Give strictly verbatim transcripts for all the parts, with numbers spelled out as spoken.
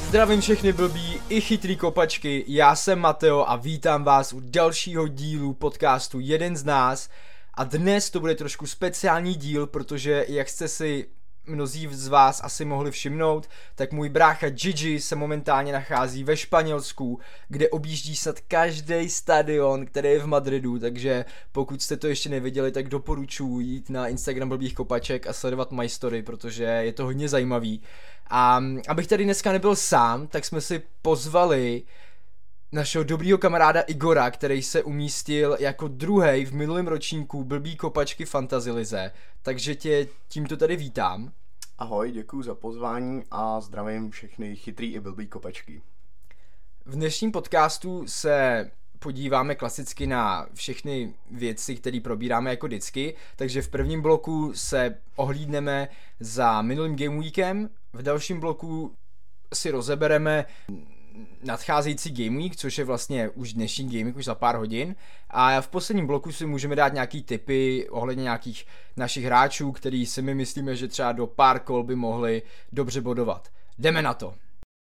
Zdravím všechny blbý i chytrý kopačky, já jsem Mateo a vítám vás u dalšího dílu podcastu Jeden z nás. A dnes to bude trošku speciální díl, protože jak jste si mnozí z vás asi mohli všimnout, tak můj brácha Gigi se momentálně nachází ve Španělsku, kde objíždí snad každý stadion, který je v Madridu, takže pokud jste to ještě neviděli, tak doporučuji jít na Instagram blbých kopaček a sledovat my story, protože je to hodně zajímavý. A abych tady dneska nebyl sám, tak jsme si pozvali našeho dobrýho kamaráda Igora, který se umístil jako druhej v minulém ročníku blbý kopačky Fantasy lize, takže tě tímto tady vítám. Ahoj, děkuji za pozvání a zdravím všechny chytrý i blbý kopačky. V dnešním podcastu se podíváme klasicky na všechny věci, které probíráme jako vždycky, takže v prvním bloku se ohlídneme za minulým Game Weekem, v dalším bloku si rozebereme nadcházející Game Week, což je vlastně už dnešní Game Week, už za pár hodin, a v posledním bloku si můžeme dát nějaký tipy ohledně nějakých našich hráčů, který si my myslíme, že třeba do pár kol by mohli dobře bodovat. Jdeme na to!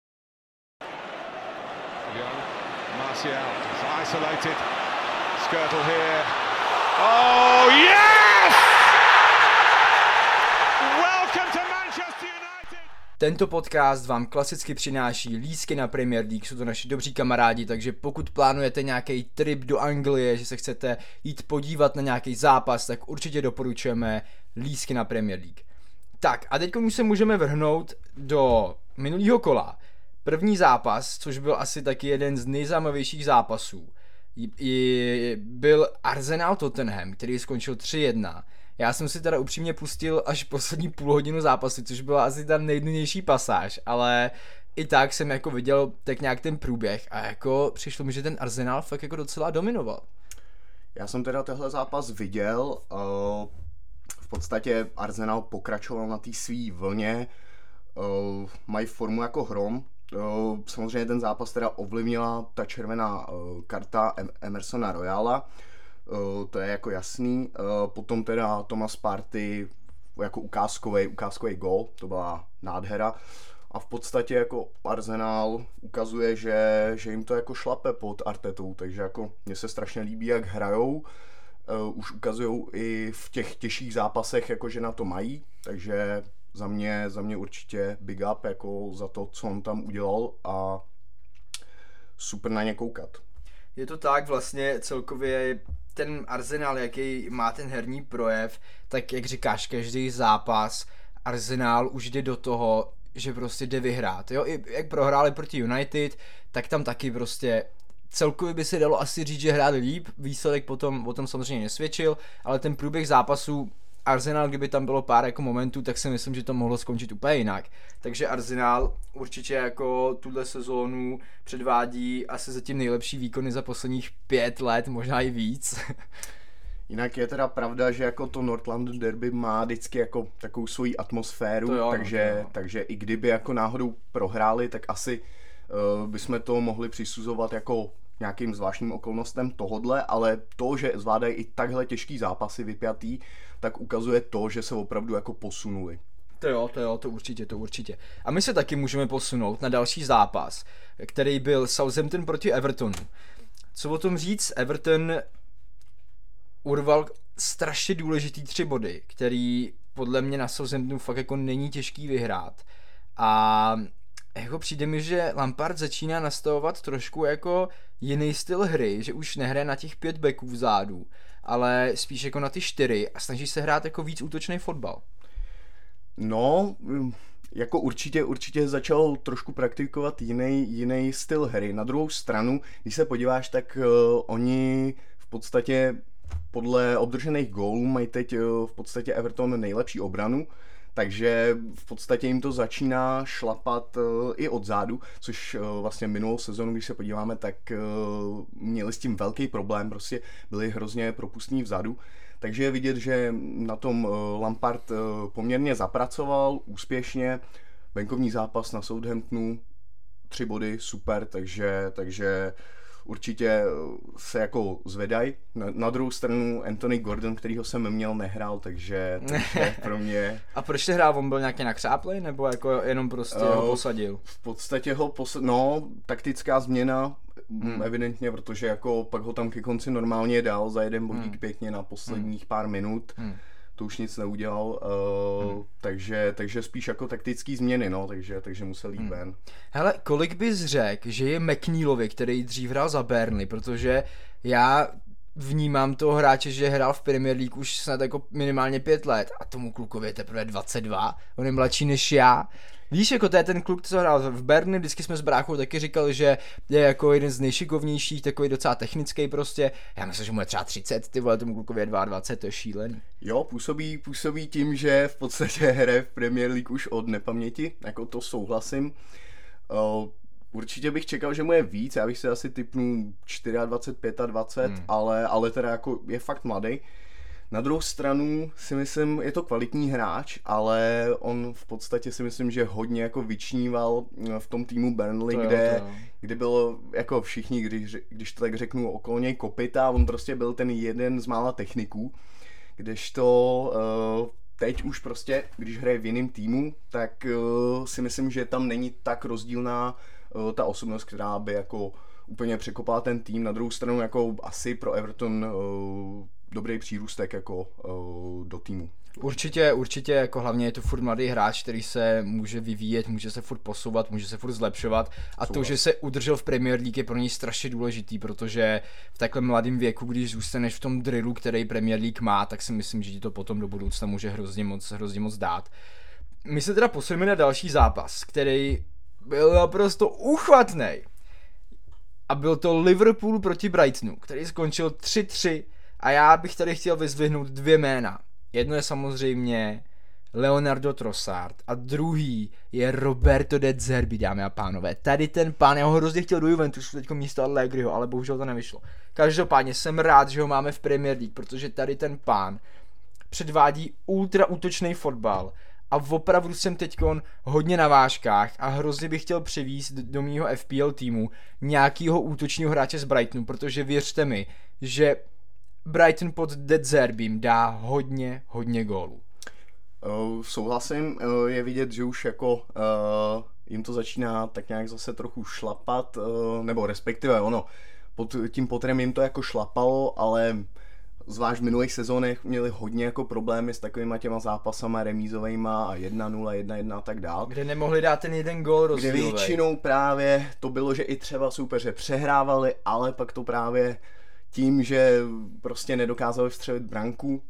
Martial is isolated. Skirtle here. Oh yes! Welcome to Manchester United. Tento podcast vám klasicky přináší lístky na Premier League, jsou to naši dobří kamarádi, takže pokud plánujete nějaký trip do Anglie, že se chcete jít podívat na nějaký zápas, tak určitě doporučujeme lístky na Premier League. Tak a teď už se můžeme vrhnout do minulého kola. První zápas, což byl asi taky jeden z nejzajímavějších zápasů, byl Arsenal Tottenham, který skončil tři jedna. Já jsem si teda upřímně pustil až poslední půl hodinu zápasu, což byla asi ta nejdůležitější pasáž, ale i tak jsem jako viděl tak nějak ten průběh a jako přišlo mi, že ten Arsenal fakt jako docela dominoval. Já jsem teda tenhle zápas viděl, v podstatě Arsenal pokračoval na té svý vlně, mají formu jako hrom. Samozřejmě ten zápas teda ovlivnila ta červená karta Emersona Royala, to je jako jasný. Potom teda Thomas Partey jako ukázkový, ukázkový gól, to byla nádhera. A v podstatě jako Arsenal ukazuje, že, že jim to jako šlape pod Artetou, takže jako mně se strašně líbí, jak hrajou. Už ukazujou i v těch těžších zápasech, jako že na to mají, takže za mě, za mě určitě big up jako za to, co on tam udělal a super na ně koukat. Je to tak, vlastně celkově ten Arsenal, jaký má ten herní projev, tak jak říkáš, každý zápas Arsenal už jde do toho, že prostě jde vyhrát. Jo? I jak prohráli proti United, tak tam taky prostě celkově by se dalo asi říct, že hráli líp, výsledek potom o tom samozřejmě nesvědčil, ale ten průběh zápasu Arsenal, kdyby tam bylo pár jako momentů, tak si myslím, že to mohlo skončit úplně jinak. Takže Arsenal určitě jako tuhle sezónu předvádí asi zatím nejlepší výkony za posledních pět let, možná i víc. Jinak je teda pravda, že jako to North London derby má vždycky jako takovou svoji atmosféru, jo, takže, no, takže i kdyby jako náhodou prohráli, tak asi uh, bychom to mohli přisuzovat jako nějakým zvláštním okolnostem tohodle, ale to, že zvládají i takhle těžký zápasy vypjatý, tak ukazuje to, že se opravdu jako posunuli. To jo, to jo, to určitě, to určitě. A my se taky můžeme posunout na další zápas, který byl Southampton proti Evertonu. Co o tom říct? Everton urval strašně důležitý tři body, který podle mě na Southamptonu fakt jako není těžký vyhrát. A jako přijde mi, že Lampard začíná nastavovat trošku jako jiný styl hry, že už nehraje na těch pět backů vzadu, ale spíš jako na ty čtyři a snaží se hrát jako víc útočný fotbal. No, jako určitě, určitě začal trošku praktikovat jiný, jiný styl hry. Na druhou stranu, když se podíváš, tak uh, oni v podstatě podle obdržených gólů mají teď uh, v podstatě Everton nejlepší obranu, takže v podstatě jim to začíná šlapat uh, i odzadu, což uh, vlastně minulou sezonu, když se podíváme, tak uh, měli s tím velký problém, prostě byli hrozně propustní vzadu. Takže je vidět, že na tom uh, Lampard uh, poměrně zapracoval úspěšně. Venkovní zápas na Southamptonu, tři body, super, takže, takže určitě se jako zvedají. Na, na druhou stranu Anthony Gordon, kterýho jsem měl, nehrál, takže, takže pro mě... A proč ty hrál? On byl nějaký nakřáplej, nebo jako jenom prostě uh, ho posadil? V podstatě ho posadil, no, taktická změna, hmm. evidentně, protože jako pak ho tam ke konci normálně dal za jeden bodík hmm. pěkně na posledních hmm. pár minut. Hmm. To už nic neudělal, uh, hmm. takže, takže spíš jako taktický změny, no, takže, takže musel jít hmm. ven. Hele, kolik bys řekl, že je McNeilovi, který dřív hrál za Burnley, protože já vnímám toho hráče, že hrál v Premier League už snad jako minimálně pět let a tomu klukovi je teprve dvacet dva, on je mladší než já. Víš, jako to je ten kluk, co hrál v Burnley, vždycky jsme s bráchou taky říkali, že je jako jeden z nejšikovnějších, takový docela technický prostě. Já myslím, že mu je třeba třicet, ty vole, tomu klukovi je dvacet dva, to je šílený. Jo, působí, působí tím, že v podstatě hraje v Premier League už od nepaměti, jako to souhlasím. Uh, určitě bych čekal, že mu je víc, já bych si asi typnul dvacet čtyři, dvacet pět, hmm. ale, ale teda jako je fakt mladý. Na druhou stranu si myslím, je to kvalitní hráč, ale on v podstatě si myslím, že hodně jako vyčníval v tom týmu Burnley, to kde, jo, kde bylo jako všichni, když, když to tak řeknu, okolo něj kopyta, on prostě byl ten jeden z mála techniků, kdežto uh, teď už prostě, když hraje v jiném týmu, tak uh, si myslím, že tam není tak rozdílná uh, ta osobnost, která by jako úplně překopala ten tým. Na druhou stranu jako asi pro Everton uh, dobrý přírůstek jako uh, do týmu. Určitě, určitě, jako hlavně je to furt mladý hráč, který se může vyvíjet, může se furt posouvat, může se furt zlepšovat a Souhlas. To, že se udržel v Premier League je pro něj strašně důležitý, protože v takhle mladém věku, když zůstaneš v tom drillu, který Premier League má, tak si myslím, že ti to potom do budoucna může hrozně moc, hrozně moc dát. My se teda posuneme na další zápas, který byl naprosto uchvatnej. A byl to Liverpool proti Brightonu, který skončil tři tři. A já bych tady chtěl vyzvihnout dvě jména. Jedno je samozřejmě Leonardo Trossard a druhý je Roberto De Zerbi, dámy a pánové. Tady ten pán, já ho hrozně chtěl do Juventusu teďko místo Allegriho, ale bohužel to nevyšlo. Každopádně jsem rád, že ho máme v Premier League, protože tady ten pán předvádí ultra útočný fotbal a opravdu jsem teďkon hodně na vážkách a hrozně bych chtěl přivízt do mýho F P L týmu nějakýho útočního hráče z Brightonu, protože věřte mi, že Brighton pod De Zerbim dá hodně, hodně gólů. Uh, souhlasím, uh, je vidět, že už jako uh, jim to začíná tak nějak zase trochu šlapat, uh, nebo respektive ono, pod tím Potterem jim to jako šlapalo, ale zvlášť v minulých sezónech měli hodně jako problémy s takovýma těma zápasama remízovejma a jedna nula, jedna jedna a tak dál. Kde nemohli dát ten jeden gól rozdílovej. Kde většinou právě to bylo, že i třeba soupeře přehrávali, ale pak to právě tím, že prostě nedokázali vstřelit branku,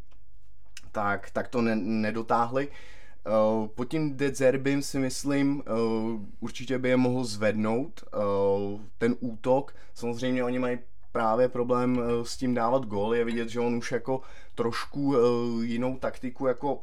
tak, tak to ne, nedotáhli. Uh, pod tím De Zerbim si myslím, uh, určitě by je mohl zvednout uh, ten útok. Samozřejmě oni mají právě problém uh, s tím dávat góly. Je vidět, že on už jako trošku uh, jinou taktiku jako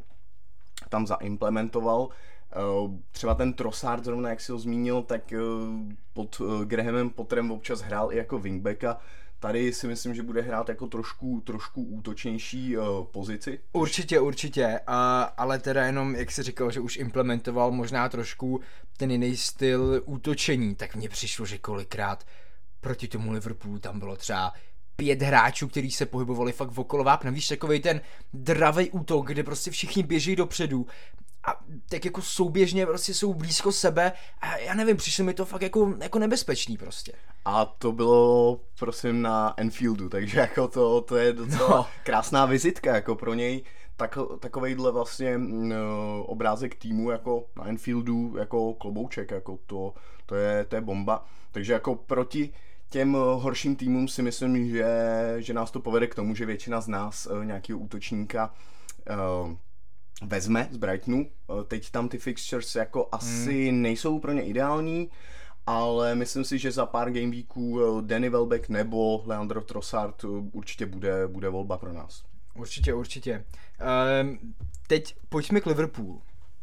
tam zaimplementoval. Uh, třeba ten Trossard, zrovna jak si ho zmínil, tak uh, pod uh, Grahamem Potterem občas hrál i jako wingbacka. Tady si myslím, že bude hrát jako trošku, trošku útočnější uh, pozici. Určitě, určitě, uh, ale teda jenom, jak jsi říkal, že už implementoval možná trošku ten jiný styl útočení, tak mně přišlo, že kolikrát proti tomu Liverpoolu tam bylo třeba pět hráčů, kteří se pohybovali fakt okolo vápna. Víš, takovej ten dravej útok, kde prostě všichni běží dopředu a tak jako souběžně prostě jsou blízko sebe a já nevím, přišlo mi to fakt jako, jako nebezpečný prostě. A to bylo, prosím, na Anfieldu, takže jako to, to je docela no. krásná vizitka jako pro něj. Tak, takovejhle vlastně uh, obrázek týmu jako na Anfieldu, jako klobouček, jako to, to, je, to je bomba. Takže jako proti těm horším týmům si myslím, že, že nás to povede k tomu, že většina z nás uh, nějakého útočníka uh, vezme z Brightonu. Uh, teď tam ty fixtures jako asi hmm. nejsou pro ně ideální, ale myslím si, že za pár gameweeků Danny Welbeck nebo Leandro Trossard určitě bude, bude volba pro nás. Určitě, určitě. Um, teď pojďme k Liverpoolu.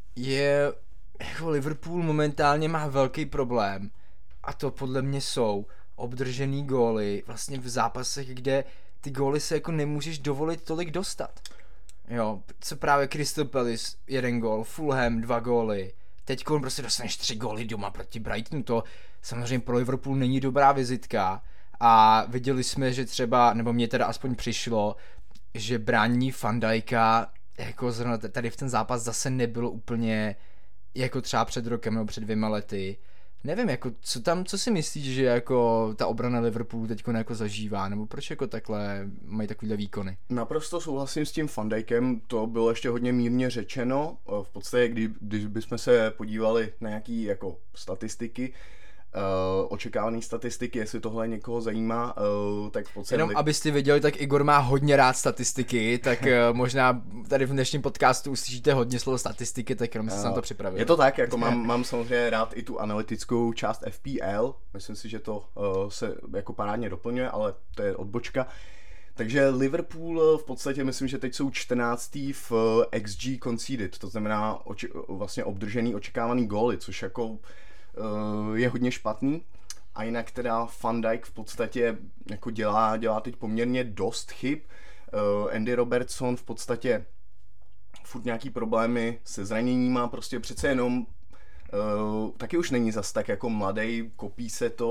Je, jako Liverpool momentálně má velký problém a to podle mě jsou obdržený góly vlastně v zápasech, kde ty góly se jako nemůžeš dovolit tolik dostat. Jo, co právě Crystal Palace, jeden gól, Fulham, dva góly. Teď prostě dostaneš tři góly doma proti Brightonu, to samozřejmě pro Liverpool není dobrá vizitka a viděli jsme, že třeba, nebo mně teda aspoň přišlo, že bránění Van Dijka jako zrovna tady v ten zápas zase nebylo úplně jako třeba před rokem nebo před dvěma lety. Nevím, jako co tam, co si myslíš, že jako ta obrana Liverpoolu teď jako zažívá, nebo proč jako takhle mají takovýhle výkony? Naprosto souhlasím s tím Van Dijkem, to bylo ještě hodně mírně řečeno. V podstatě, kdy, když bychom se podívali na nějaký jako statistiky, Uh, očekávané statistiky, jestli tohle někoho zajímá, uh, tak v podstatě... Jenom abyste věděli, tak Igor má hodně rád statistiky, tak uh, možná tady v dnešním podcastu uslyšíte hodně slovo statistiky, tak jenom se uh, to připravil. Je to tak, jako mám, mám samozřejmě rád i tu analytickou část F P L, myslím si, že to uh, se jako parádně doplňuje, ale to je odbočka. Takže Liverpool v podstatě myslím, že teď jsou čtrnáctý v X G conceded, to znamená oči- vlastně obdržený očekávaný góly, což jako je hodně špatný. A jinak teda Van Dijk v podstatě jako dělá, dělá teď poměrně dost chyb. Andy Robertson v podstatě furt nějaký problémy se zraněníma, prostě přece jenom uh, taky už není zas tak jako mladý, kopí se to.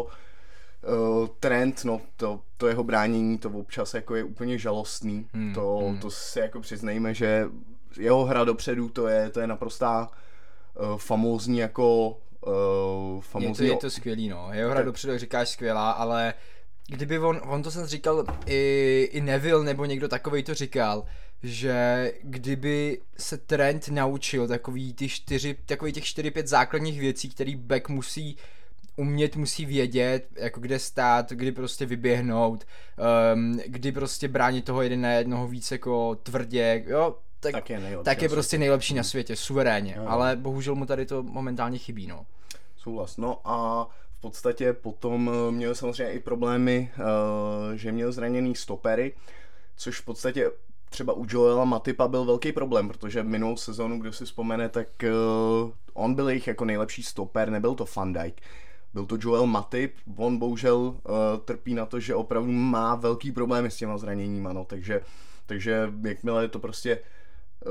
Uh, trend, no to, to jeho bránění, to občas jako je úplně žalostný. Hmm, to, hmm. to si jako přiznejme, že jeho hra dopředu, to je, to je naprostá uh, famózní jako Uh, famózní... je, to, je to skvělý, no. Jeho hra dopředu, jak říkáš, skvělá, ale kdyby on, on to jsem říkal, i, i Neville nebo někdo takovej to říkal, že kdyby se Trent naučil takový, ty čtyři, takový těch čtyři pět základních věcí, který back musí umět, musí vědět, jako kde stát, kdy prostě vyběhnout, um, kdy prostě bránit toho jeden na jednoho víc jako tvrdě, jo, tak, tak je, tak je prostě nejlepší na světě, suverénně, jo. Ale bohužel mu tady to momentálně chybí, no. Souhlas, no a v podstatě potom měl samozřejmě i problémy, uh, že měl zraněný stopery, což v podstatě třeba u Joela Matipa byl velký problém, protože minulou sezonu, kdo si vzpomene, tak uh, on byl jejich jako nejlepší stoper, nebyl to Van Dijk. Byl to Joel Matip, on bohužel uh, trpí na to, že opravdu má velký problémy s těma zraněníma, no, takže, takže jakmile to prostě uh,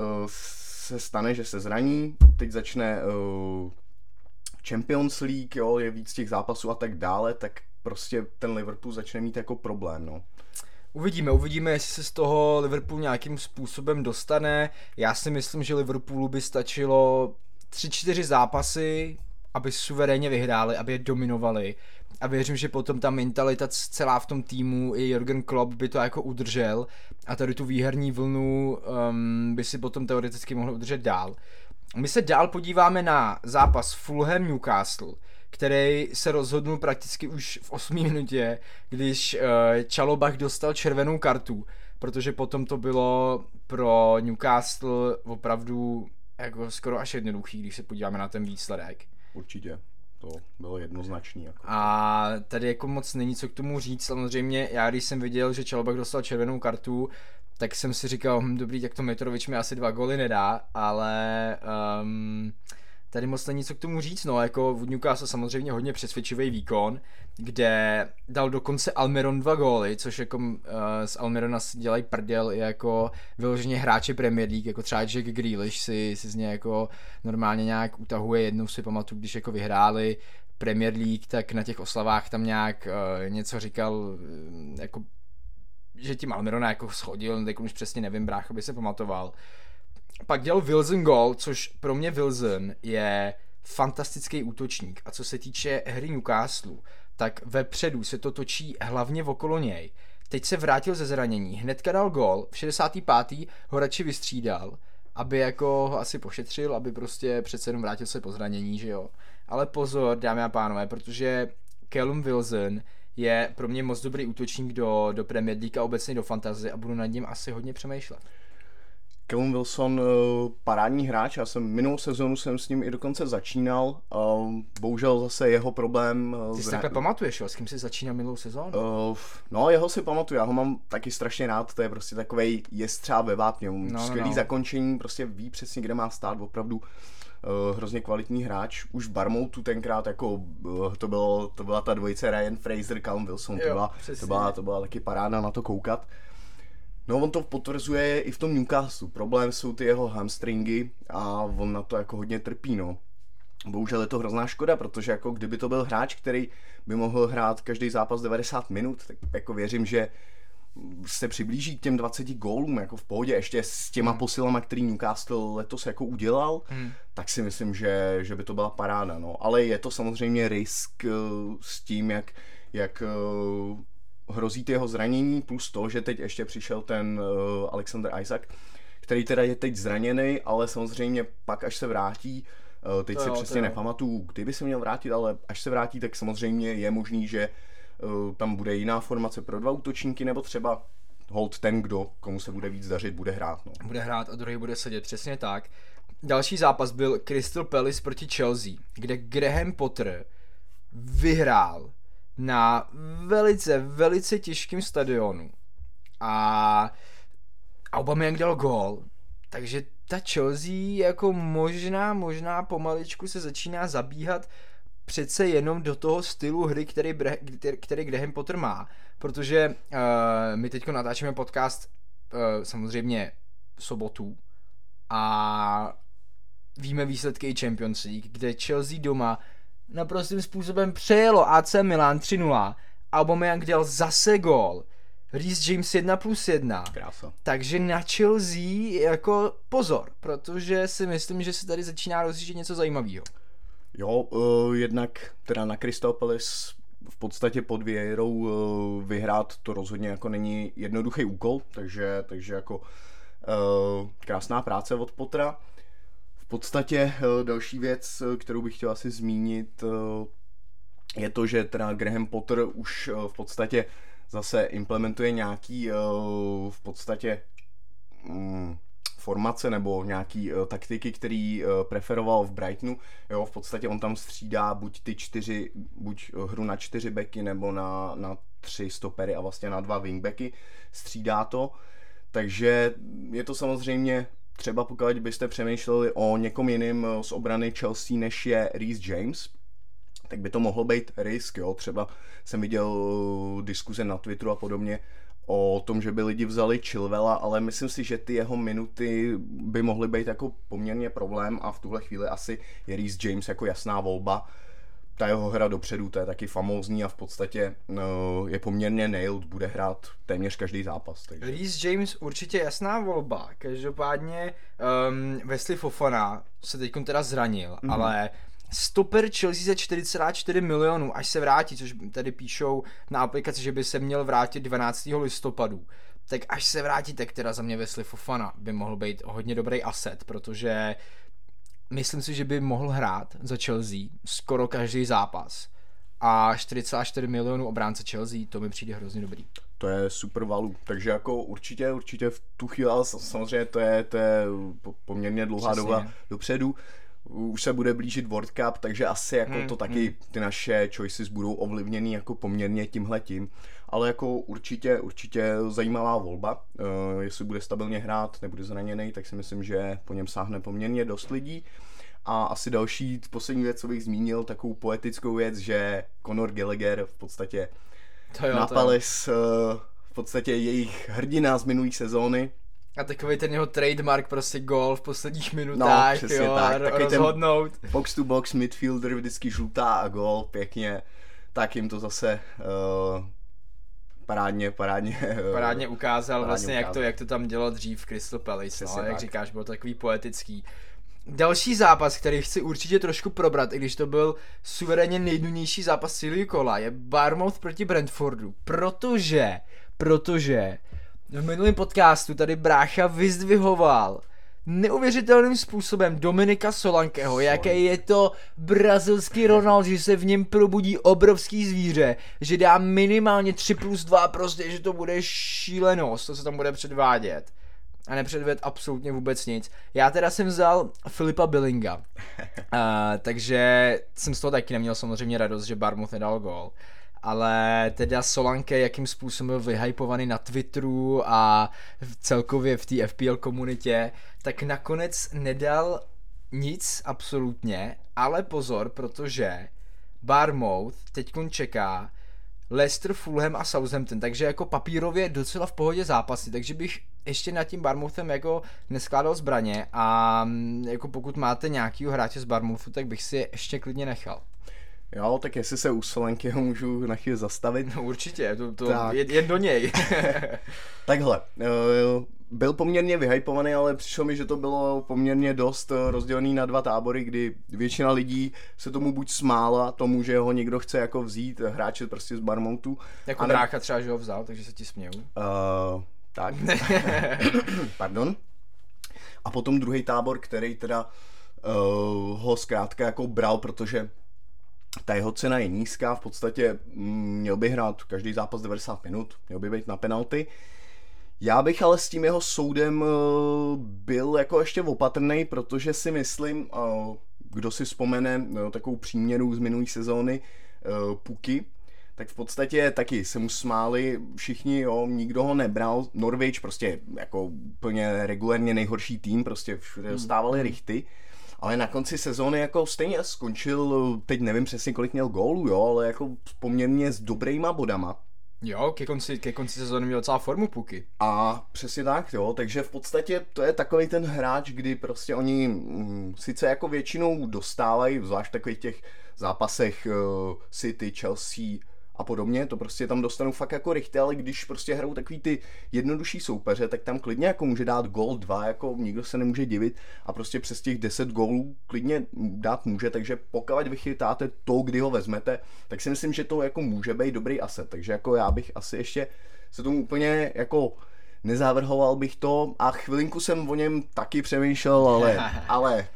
se stane, že se zraní, teď začne uh, Champions League, jo, je víc těch zápasů a tak dále, tak prostě ten Liverpool začne mít jako problém, no. Uvidíme, uvidíme, jestli se z toho Liverpool nějakým způsobem dostane. Já si myslím, že Liverpoolu by stačilo tři čtyři zápasy, aby suverénně vyhráli, aby je dominovali. A věřím, že potom ta mentalita celá v tom týmu, i Jurgen Klopp by to jako udržel a tady tu výherní vlnu um, by si potom teoreticky mohl udržet dál. My se dál podíváme na zápas Fulham Newcastle, který se rozhodnul prakticky už v osmé minutě, když uh, Chalobah dostal červenou kartu, protože potom to bylo pro Newcastle opravdu jako skoro až jednoduchý, když se podíváme na ten výsledek. Určitě, to bylo jednoznačný. Jako. A tady jako moc není co k tomu říct, samozřejmě já když jsem viděl, že Chalobah dostal červenou kartu, tak jsem si říkal, hm, dobrý, tak to Mitrovič mi asi dva góly nedá, ale um, tady moc není co k tomu říct, no, jako v Newcastle samozřejmě hodně přesvědčivý výkon, kde dal dokonce Almiron dva góly, což jako uh, z Almirona si dělají prdel jako vyloženě hráči Premier League, jako třeba Jack Grealish si, si z něj jako normálně nějak utahuje, jednou si pamatuju, když jako vyhráli Premier League, tak na těch oslavách tam nějak uh, něco říkal, uh, jako že tím Almirona jako schodil, tak už přesně nevím, brácha by se pamatoval. Pak dělal Wilson gól, což pro mě Wilson je fantastický útočník a co se týče hry Newcastle, tak vepředu se to točí hlavně okolo něj. Teď se vrátil ze zranění, hnedka dal gól, v šedesátém pátém ho radši vystřídal, aby jako ho asi pošetřil, aby prostě přece jenom vrátil se po zranění, že jo. Ale pozor, dámy a pánové, protože Callum Wilson je pro mě moc dobrý útočník do, do Premier League a obecně do fantasy a budu nad ním asi hodně přemýšlet. Callum Wilson, parádní hráč, já jsem minulou sezonu jsem s ním i dokonce začínal, bohužel zase jeho problém... Ty si takhle pamatuješ, jo? S kým jsi začínal minulou sezonu? Uh, no, jeho si pamatuju, já ho mám taky strašně rád, to je prostě takovej jestřáb ve vápně, no, skvělý no. zakončení, prostě ví přesně, kde má stát, opravdu uh, hrozně kvalitní hráč, už v Barmoutu tenkrát, jako uh, to, bylo, to byla ta dvojice Ryan Fraser, Callum Wilson, to, jo, byla, to, byla, to byla taky paráda na to koukat. No, on to potvrzuje i v tom Newcastle. Problém jsou ty jeho hamstringy a on na to jako hodně trpí, no. bohužel je to hrozná škoda, protože jako kdyby to byl hráč, který by mohl hrát každý zápas devadesát minut, tak jako věřím, že se přiblíží k těm dvaceti gólům jako v pohodě, ještě s těma hmm. posilama, který Newcastle letos jako udělal, hmm. tak si myslím, že, že by to byla paráda, no. Ale je to samozřejmě risk uh, s tím, jak, jak uh, hrozí jeho zranění, plus to, že teď ještě přišel ten uh, Alexander Isak, který teda je teď zraněný, ale samozřejmě pak, až se vrátí, uh, teď to si jo, přesně nepamatuju, kdyby se měl vrátit, ale až se vrátí, tak samozřejmě je možný, že uh, tam bude jiná formace pro dva útočníky, nebo třeba hold ten, kdo, komu se bude víc dařit, bude hrát. No. Bude hrát a druhý bude sedět, přesně tak. Další zápas byl Crystal Palace proti Chelsea, kde Graham Potter vyhrál na velice, velice těžkém stadionu. A Aubameyang dal gól, takže ta Chelsea jako možná, možná pomaličku se začíná zabíhat přece jenom do toho stylu hry, který, který Graham Potter má. Protože uh, my teďko natáčíme podcast uh, samozřejmě v sobotu a víme výsledky i Champions League, kde Chelsea doma naprostým způsobem přejelo A C Milan tři nula. Aubameyang dal zase gól. Reece James jedna plus jedna. Krása. Takže na Chelsea jako pozor, protože si myslím, že se tady začíná rozjíždět něco zajímavého. Jo, uh, jednak teda na Crystal Palace v podstatě pod Vieirou uh, vyhrát to rozhodně jako není jednoduchý úkol, takže, takže jako uh, krásná práce od Pottera. V podstatě uh, další věc, kterou bych chtěl asi zmínit, uh, je to, že teda Graham Potter už uh, v podstatě zase implementuje nějaký uh, v podstatě um, formace nebo nějaký uh, taktiky, který uh, preferoval v Brightonu. Jo, v podstatě on tam střídá buď ty čtyři, buď hru na čtyři backy nebo na, na tři stopery a vlastně na dva wingbacky. Střídá to. Takže je to samozřejmě třeba, pokud byste přemýšleli o někom jiným z obrany Chelsea, než je Reece James, tak by to mohlo být risk, jo. Třeba jsem viděl diskuze na Twitteru a podobně o tom, že by lidi vzali Chilwella, ale myslím si, že ty jeho minuty by mohly být jako poměrně problém a v tuhle chvíli asi je Reece James jako jasná volba. Ta jeho hra dopředu, to je taky famózní a v podstatě no, je poměrně nailed, bude hrát téměř každý zápas. Takže. Reece James určitě jasná volba, každopádně um, Wesley Fofana se teď teda zranil, mm-hmm. ale stoper Chelsea za čtyři celá čtyři milionů, až se vrátí, což tady píšou na aplikaci, že by se měl vrátit dvanáctého listopadu. Tak až se vrátí, tak teda za mě Wesley Fofana by mohl být hodně dobrý asset, protože myslím si, že by mohl hrát za Chelsea skoro každý zápas. A čtyři celá čtyři milionů obránce Chelsea, to mi přijde hrozně dobrý. To je super value, takže jako určitě, určitě v tu chvíli, ale samozřejmě to je, to je poměrně dlouhá Přesně. doba dopředu. Už se bude blížit World Cup, takže asi jako hmm, to taky hmm. ty naše choices budou ovlivněný jako poměrně tímhletím, ale jako určitě, určitě zajímavá volba, uh, jestli bude stabilně hrát, nebude zraněný, tak si myslím, že po něm sáhne poměrně dost lidí. A asi další, poslední věc, co bych zmínil, takovou poetickou věc, že Conor Gallagher v podstatě to jo, na Palace, uh, v podstatě jejich hrdina z minulých sezóny. A takový ten jeho trademark, prostě gól v posledních minutách, no, jo, tak. a rozhodnout. Box to box midfielder, vždycky žlutá a gól, pěkně, tak jim to zase uh, parádně, parádně, uh, parádně ukázal parádně vlastně, ukázal. Jak, to, jak to tam dělal dřív v Crystal Palace, no, jak tak. říkáš, bylo to takový poetický. Další zápas, který chci určitě trošku probrat, i když to byl suverénně nejdůležitější zápas celého kola, je Bournemouth proti Brentfordu, protože, protože v minulém podcastu tady brácha vyzdvihoval neuvěřitelným způsobem Dominika Solankeho, jaké je to brazilský Ronaldo, že se v něm probudí obrovský zvíře, že dá minimálně tři plus dva, prostě, že to bude šílenost, to se tam bude předvádět. A nepředved absolutně vůbec nic. Já teda jsem vzal Filipa Billinga, uh, takže jsem z toho taky neměl samozřejmě radost, že Bournemouth nedal gól. Ale teda Solanke, jakým způsobem byl vyhypovaný na Twitteru a celkově v té F P L komunitě, tak nakonec nedal nic absolutně, ale pozor, protože Bournemouth teďkon čeká Leicester, Fulham a Southampton, takže jako papírově docela v pohodě zápasy, takže bych ještě nad tím Bournemouthem jako neskládal zbraně a jako pokud máte nějakýho hráče z Bournemouthu, tak bych si je ještě klidně nechal. Jo, tak jestli se u Solankeho můžu na chvíli zastavit. No určitě, to, to jen, jen do něj. Takhle, byl poměrně vyhypovaný, ale přišlo mi, že to bylo poměrně dost rozdělený na dva tábory, kdy většina lidí se tomu buď smála, tomu, že ho někdo chce jako vzít, hráče prostě z Bournemouthu. Jako ne... brácha třeba, že ho vzal, takže se ti směju. Uh, tak. Pardon. A potom druhý tábor, který teda uh, ho zkrátka jako bral, protože ta jeho cena je nízká, v podstatě měl by hrát každý zápas devadesát minut, měl by být na penalty. Já bych ale s tím jeho soudem byl jako ještě opatrnej, protože si myslím, kdo si vzpomene takovou příměru z minulé sezóny Puky, tak v podstatě taky se mu smáli všichni, jo, nikdo ho nebral, Norwich prostě jako úplně regulérně nejhorší tým, prostě všude dostávali rychty. Ale na konci sezóny jako stejně skončil, teď nevím přesně kolik měl gólů, jo, ale jako poměrně s dobrýma bodama. Jo, ke konci, ke konci sezóny měl celá formu Puky. A přesně tak, jo, takže v podstatě to je takový ten hráč, kdy prostě oni mm, sice jako většinou dostávají, zvlášť v takových těch zápasech uh, City, Chelsea a podobně, to prostě tam dostanou fakt jako rychty, ale když prostě hrajou takový ty jednodušší soupeře, tak tam klidně jako může dát gól dva, jako nikdo se nemůže divit a prostě přes těch deset gólů klidně dát může, takže pokud vychytáte to, kdy ho vezmete, tak si myslím, že to jako může být dobrý asset, takže jako já bych asi ještě se tomu úplně jako nezavrhoval bych to a chvilinku jsem o něm taky přemýšlel, ale, ale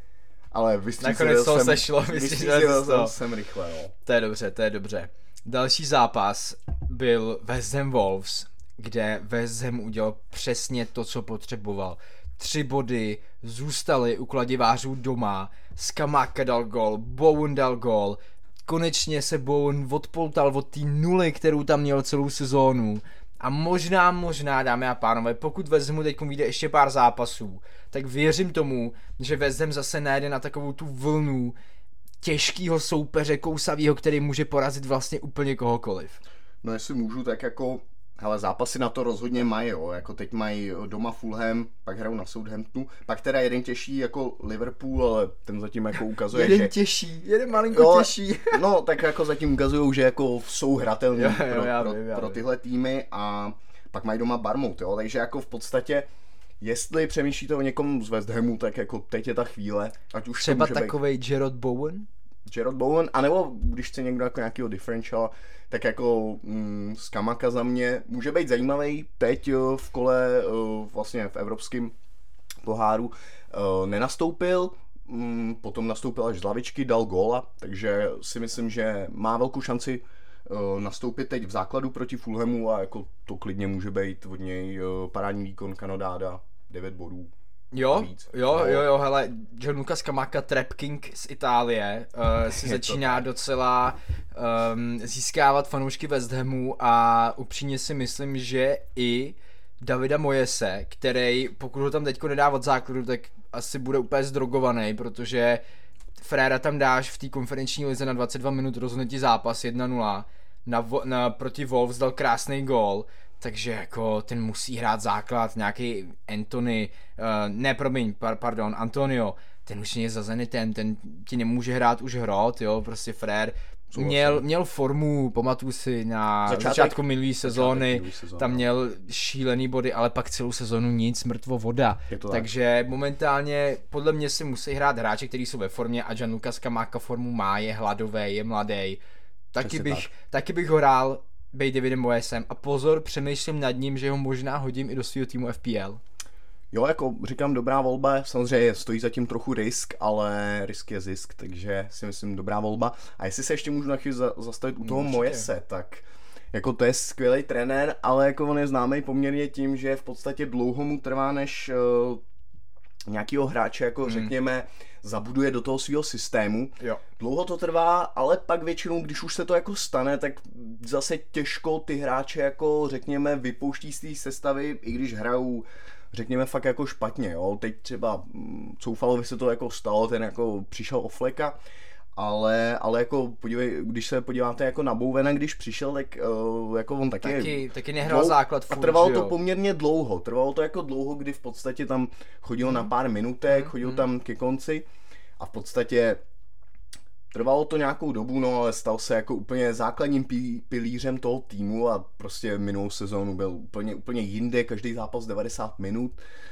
ale nakonec to sešlo, vystřízil jsem rychle, jo. To je dobře, to je dobře. Další zápas byl West Ham Wolves, kde West Ham udělal přesně to, co potřeboval. Tři body, zůstali u kladivářů doma, Scamacca dal gol, Bowen dal gol, konečně se Bowen odpoutal od té nuly, kterou tam měl celou sezónu. A možná, možná, dámy a pánové, pokud West Hamu teď vyjde ještě pár zápasů, tak věřím tomu, že West Ham zase najde na takovou tu vlnu těžkýho soupeře, kousavýho, který může porazit vlastně úplně kohokoliv. No jestli můžu, tak jako, hele, zápasy na to rozhodně mají, jo, jako teď mají doma Fulham, pak hrajou na Southamptonu, pak teda jeden těžší jako Liverpool, ale ten zatím jako ukazuje, jeden že... těžší, jeden malinko jo, těžší. No, tak jako zatím ukazují, že jako jsou hratelní jo, jo, pro, já pro, vím, já pro vím. tyhle týmy a pak mají doma Bournemouth, jo, takže jako v podstatě jestli přemýšlíte o někom z West Hamu, tak jako teď je ta chvíle, ať už třeba to takovej být... Jarrod Bowen? Jarrod Bowen, anebo když chce někdo jako nějakého differential, tak jako mm, Scamacca za mě může být zajímavý teď v kole vlastně v evropském poháru nenastoupil, mm, potom nastoupil až z lavičky, dal góla, takže si myslím, že má velkou šanci nastoupit teď v základu proti Fulhamu a jako to klidně může být od něj parádní výkon, kanonáda, devět bodů. Jo, jo, jo, jo, hele, Gianluca Scamacca, Trap King z Itálie, uh, si začíná docela um, získávat fanoušky West Hamu a upřímně si myslím, že i Davida Moyese, který pokud ho tam teďko nedá od základu, tak asi bude úplně zdrogovaný, protože Fréra tam dáš v té konferenční lize na dvacet dva minut rozhodnutí zápas jedna nula, na, na, proti Wolves dal krásný gól, takže jako ten musí hrát základ, nějaký Anthony, uh, ne promiň, par, pardon, Antonio, ten už je za Zenitem, ten ti nemůže hrát už hrot, jo, prostě Frér měl, měl formu, pamatuju si na Začátek, začátku minulý sezóny, sezóny, tam měl šílený body, ale pak celou sezónu nic, mrtvo voda, takže tak. Momentálně podle mě si musí hrát hráči, kteří jsou ve formě a Gianluca Scamacca formu má, je hladový, je mladý, taky bych, tak. taky bych ho hrál bej Davidem Moyesem a pozor, přemýšlím nad ním, že ho možná hodím i do svého týmu F P L. Jo, jako říkám, dobrá volba, samozřejmě stojí zatím trochu risk, ale risk je zisk, takže si myslím dobrá volba. A jestli se ještě můžu na chvíli zastavit u toho no, Moyese, tak jako to je skvělý trenér, ale jako on je známý poměrně tím, že v podstatě dlouho mu trvá, než uh, nějakýho hráče, jako hmm. řekněme, zabuduje do toho svého systému. Jo. Dlouho to trvá, ale pak většinou, když už se to jako stane, tak zase těžko ty hráče jako řekněme vypouští z té sestavy, i když hrajou řekněme fakt jako špatně, jo. Teď třeba Coufalovi se to jako stalo, ten jako přišel o fleka Ale, ale jako podívej, když se podíváte jako na Bowena, když přišel, tak uh, jako on taky... Taky, taky nehrál dlouho, základ furt, a trvalo to jo? poměrně dlouho, trvalo to jako dlouho, kdy v podstatě tam chodil hmm. na pár minutek, hmm. chodil hmm. tam ke konci a v podstatě trvalo to nějakou dobu, no ale stal se jako úplně základním pilířem toho týmu a prostě minulou sezónu byl úplně, úplně jinde, každý zápas devadesát minut.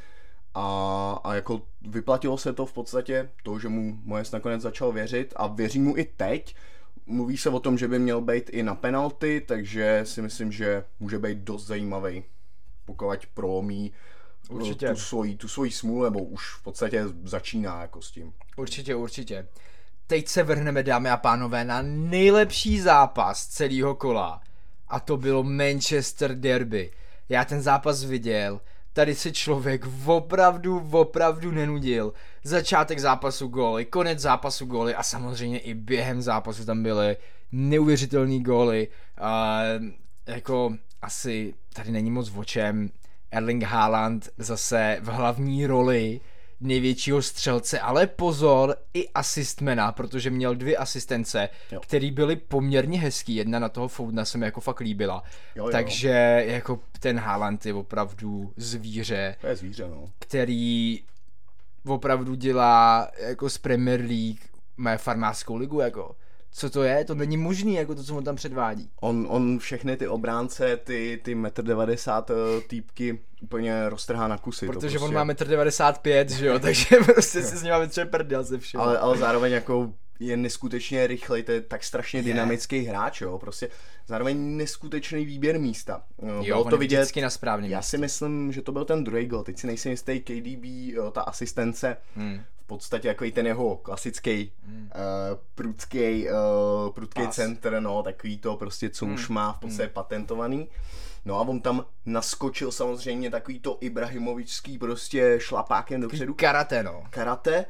A, a jako vyplatilo se to v podstatě to, že mu Moyes nakonec začal věřit a věří mu i teď. Mluví se o tom, že by měl být i na penalty, takže si myslím, že může být dost zajímavý, pokud prolomí určitě. tu svoji, tu svoji smůlu, nebo už v podstatě začíná jako s tím. Určitě, určitě. Teď se vrhneme, dámy a pánové, na nejlepší zápas celého kola a to bylo Manchester Derby. Já ten zápas viděl. Tady se člověk opravdu, opravdu nenudil. Začátek zápasu góly, konec zápasu góly a samozřejmě i během zápasu tam byly neuvěřitelný góly. Uh, jako asi tady není moc o čem. Erling Haaland zase v hlavní roli největšího střelce, ale pozor, i asistmana, protože měl dvě asistence, které byly poměrně hezký. Jedna na toho Foudna se mi jako fakt líbila. Jo, jo. Takže jako ten Haaland je opravdu zvíře, to je zvíře, no. který opravdu dělá jako z Premier League má farmářskou ligu, jako. Co to je? To není možný, jako to, co on tam předvádí. On, on všechny ty obránce, ty, ty metr devadesát týpky úplně roztrhá na kusy. Protože to prostě... on má metr devadesát pět, že jo, takže prostě si s ním máme třeba prdel se všem. Ale, ale zároveň jako je neskutečně rychlej, to je tak strašně je. dynamický hráč, jo, prostě zároveň neskutečný výběr místa. Jo, bylo to vidět vždycky na správném. Já si myslím, že to byl ten druhý gol, teď si nejsem jistý, K D B, jo, ta asistence, hmm. v podstatě jako ten jeho klasický hmm. uh, prudký uh, prudký center, no, takový to prostě, co hmm. už má v podstatě hmm. patentovaný. No a on tam naskočil samozřejmě takový to ibrahimovičský prostě šlapákem dopředu. Karate, no. Karate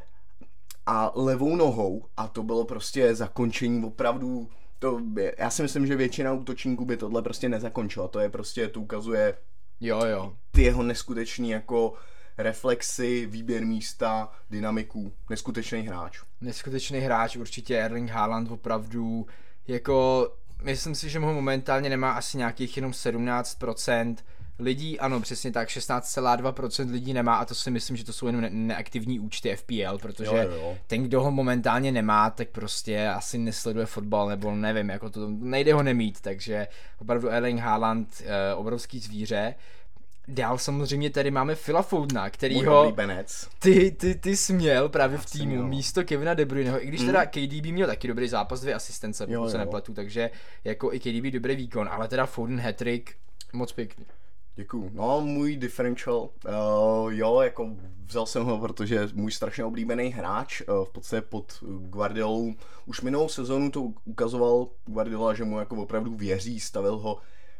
a levou nohou a to bylo prostě zakončení opravdu, to, já si myslím, že většina útočníků by tohle prostě nezakončila, to je prostě, to ukazuje jo, jo. ty jeho neskutečný jako reflexy, výběr místa, dynamiku, neskutečný hráč. Neskutečný hráč, určitě Erling Haaland opravdu, jako myslím si, že ho momentálně nemá asi nějakých jenom sedmnáct procent lidí, ano, přesně tak, šestnáct celá dva procenta lidí nemá a to si myslím, že to jsou jenom ne- neaktivní účty F P L, protože jo, jo. ten, kdo ho momentálně nemá, tak prostě asi nesleduje fotbal, nebo nevím, jako to nejde ho nemít, takže opravdu Erling Haaland, eh, obrovský zvíře. Dál samozřejmě tady máme Phila Foudna, kterýho ty, ty, ty směl právě v týmu měl. místo Kevina De Bruyneho, i když mm. teda K D B měl taky dobrý zápas, dvě asistence, pokud se nepletu, takže jako i K D B dobrý výkon, ale teda Foden hat-trick, moc pěkný. Děkuju. No, můj differential, uh, jo, jako vzal jsem ho, protože můj strašně oblíbený hráč, uh, v podstatě pod Guardiolou, už minulou sezónu to ukazoval Guardiola, že mu jako opravdu věří, stavil ho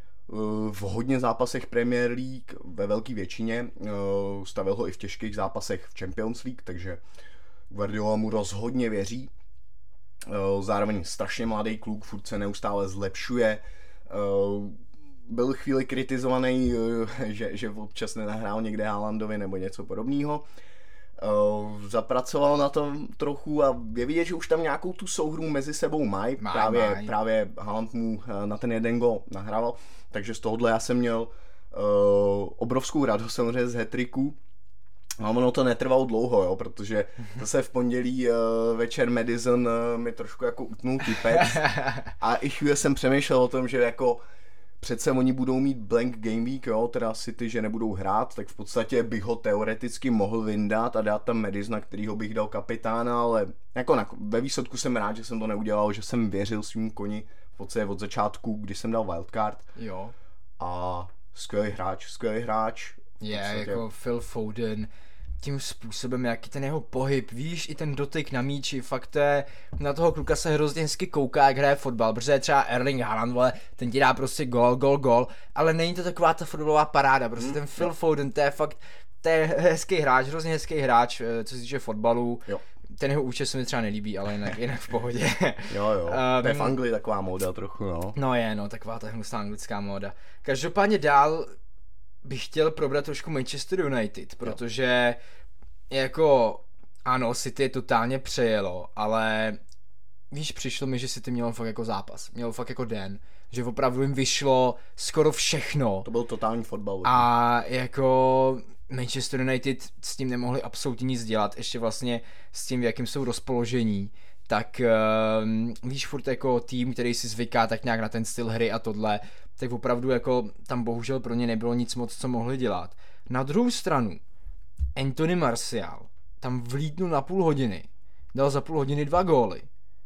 v hodně zápasech Premier League, ve velké většině, stavil ho i v těžkých zápasech v Champions League, takže Guardiola mu rozhodně věří. Zároveň strašně mladý kluk, furt se neustále zlepšuje. Byl chvíli kritizovaný, že, že občas nenahrál někde Haalandovi nebo něco podobného. Zapracoval na tom trochu a je vidět, že už tam nějakou tu souhru mezi sebou mají. Maj, právě, maj. právě Haaland mu na ten jeden gol nahrával, takže z tohohle já jsem měl uh, obrovskou radost samozřejmě z hat-tricku. A ono to netrvalo dlouho, jo, protože zase v pondělí uh, večer Madison uh, mi trošku jako utnul typec a i chvíli jsem přemýšlel o tom, že jako přece oni budou mít blank game week, jo, teda City, že nebudou hrát, tak v podstatě bych ho teoreticky mohl vyndat a dát tam Madisona, kterýho bych dal kapitána, ale jako na, ve výsledku jsem rád, že jsem to neudělal, že jsem věřil svým koni v podstatě od začátku, když jsem dal wildcard. Jo. A skvělý hráč, skvělý hráč. Je, yeah, jako Phil Foden, tím způsobem, jaký ten jeho pohyb, víš, i ten dotyk na míči, fakt je, na toho kluka se hrozně hezky kouká, jak hraje fotbal, protože třeba Erling Haaland, vole, ten ti dá prostě gol, gol, gol, ale není to taková ta fotbalová paráda, prostě mm, ten Phil jo. Foden, to je fakt, to je hezký hráč, hrozně hezký hráč, co se týče fotbalu. Jo. Ten jeho účet se mi třeba nelíbí, ale jinak, jinak v pohodě. Jo, jo, um, to je v Anglii taková móda trochu, no. No je, no, taková ta hnusná anglická móda. Každopádně dál bych chtěl probrat trošku Manchester United, protože jo. jako, ano, City je totálně přejelo, ale víš, přišlo mi, že si ty měl fakt jako zápas, měl fakt jako den, že opravdu jim vyšlo skoro všechno. To byl totální fotbal. A jako Manchester United s tím nemohli absolutně nic dělat, ještě vlastně s tím, v jakým jsou rozpoložení, tak uh, víš, furt jako tým, který si zvyká tak nějak na ten styl hry a tohle, tak opravdu jako tam bohužel pro ně nebylo nic moc, co mohli dělat. Na druhou stranu, Anthony Martial tam vlítnul na půl hodiny, dal za půl hodiny dva góly.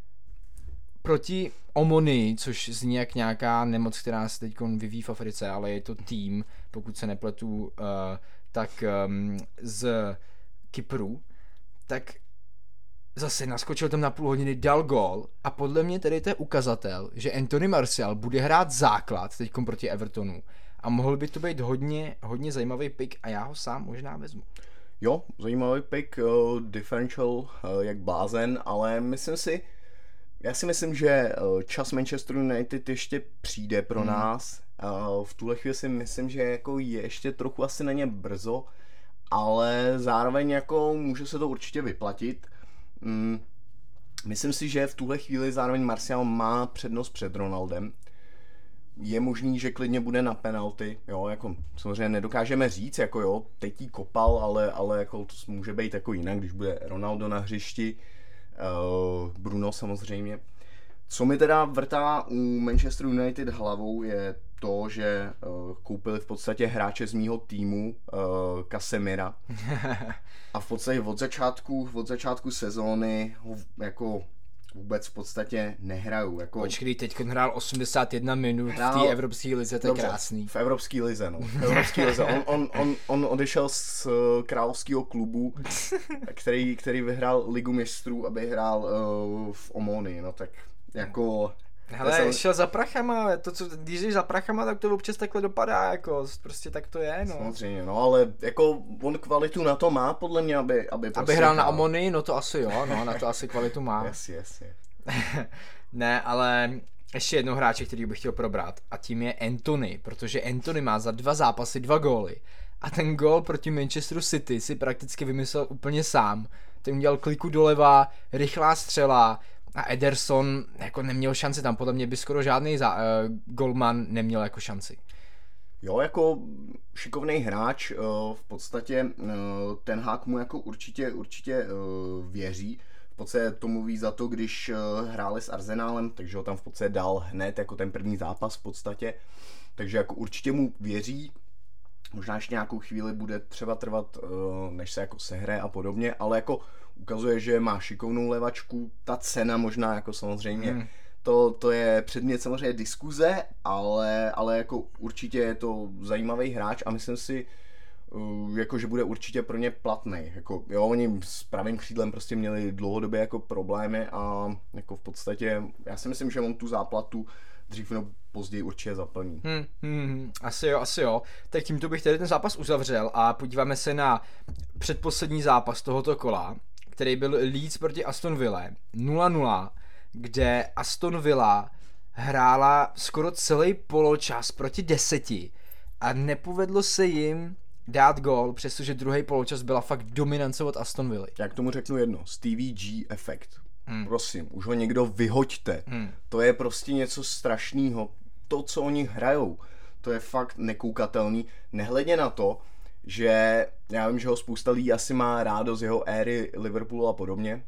Proti Omonii, což zní jak nějaká nemoc, která se teď vyvíjí v Africe, ale je to tým, pokud se nepletu, uh, tak um, z Kypru, tak zase naskočil tam na půl hodiny, dal gól a podle mě tady to je ukazatel, že Anthony Martial bude hrát základ teď proti Evertonu a mohl by to být hodně, hodně zajímavý pick a já ho sám možná vezmu. Jo, zajímavý pick, uh, differential uh, jak blázen, ale myslím si, já si myslím, že uh, čas Manchester United ještě přijde pro hmm. nás. Uh, v tuhle chvíli si myslím, že jako je ještě trochu asi na ně brzo, ale zároveň jako může se to určitě vyplatit. Mm, myslím si, že v tuhle chvíli zároveň Martial má přednost před Ronaldem. Je možný, že klidně bude na penalty, jo, jako samozřejmě nedokážeme říct, jako jo, teď jí kopal, ale, ale jako to může být jako jinak, když bude Ronaldo na hřišti, uh, Bruno samozřejmě. Co mi teda vrtá u Manchester United hlavou je to, že uh, koupili v podstatě hráče z mýho týmu, uh, Casemira. A v podstatě od začátku, od začátku sezóny ho jako vůbec v podstatě nehrajou. Jako... Počkej, teď hrál osmdesát jedna minut hrál... v té evropské lize, to je krásný. V evropské lize, no. V evropské lize. On, on, on, on odešel z uh, královského klubu, který, který vyhrál Ligu mistrů, aby hrál uh, v Omonii, no tak jako... Hele, jsem... šel za prachama, ale to, co, když jdeš za prachama, tak to občas takhle dopadá, jako, prostě tak to je, no. Samozřejmě, no, ale jako on kvalitu na to má, podle mě, aby... Aby, prostě aby hrál na Omonii, no to asi jo, no, na to asi kvalitu má. Yes, yes, yes. Ne, ale ještě jednou hráče, který bych chtěl probrat, a tím je Anthony, protože Anthony má za dva zápasy dva góly. A ten gól proti Manchesteru City si prakticky vymyslel úplně sám. Ten udělal kliku doleva, rychlá střela, a Ederson jako neměl šanci tam, podle mě by skoro žádný za, uh, golman neměl jako šanci. Jo, jako šikovný hráč, uh, v podstatě uh, ten Hák mu jako určitě, určitě uh, věří. V podstatě to mluví za to, když uh, hráli s Arsenálem, takže ho tam v podstatě dal hned jako ten první zápas v podstatě. Takže jako určitě mu věří. Možná ještě nějakou chvíli bude třeba trvat, uh, než se jako sehraje a podobně, ale jako ukazuje, že má šikovnou levačku, ta cena možná jako samozřejmě, hmm. to, to je předmět samozřejmě diskuze, ale, ale jako určitě je to zajímavý hráč a myslím si, uh, jako, že bude určitě pro ně platný. Jako, jo, oni s pravým křídlem prostě měli dlouhodobě jako problémy a jako v podstatě, já si myslím, že on tu záplatu dřív nebo později určitě zaplní. Hmm, hmm, asi jo, asi jo. Tak tímto bych tady ten zápas uzavřel a podíváme se na předposlední zápas tohoto kola, který byl Leeds proti Aston Villa nula nula, kde Aston Villa hrála skoro celý poločas proti deseti a nepovedlo se jim dát gól, přestože druhý poločas byla fakt dominance od Aston Villa. Já k tomu řeknu jedno, Stevie G efekt. Hmm. Prosím, už ho někdo vyhoďte. Hmm. To je prostě něco strašného. To, co oni hrajou, to je fakt nekoukatelný. Nehledě na to, že já vím, že ho spousta lidí asi má rádo z jeho éry Liverpoolu a podobně,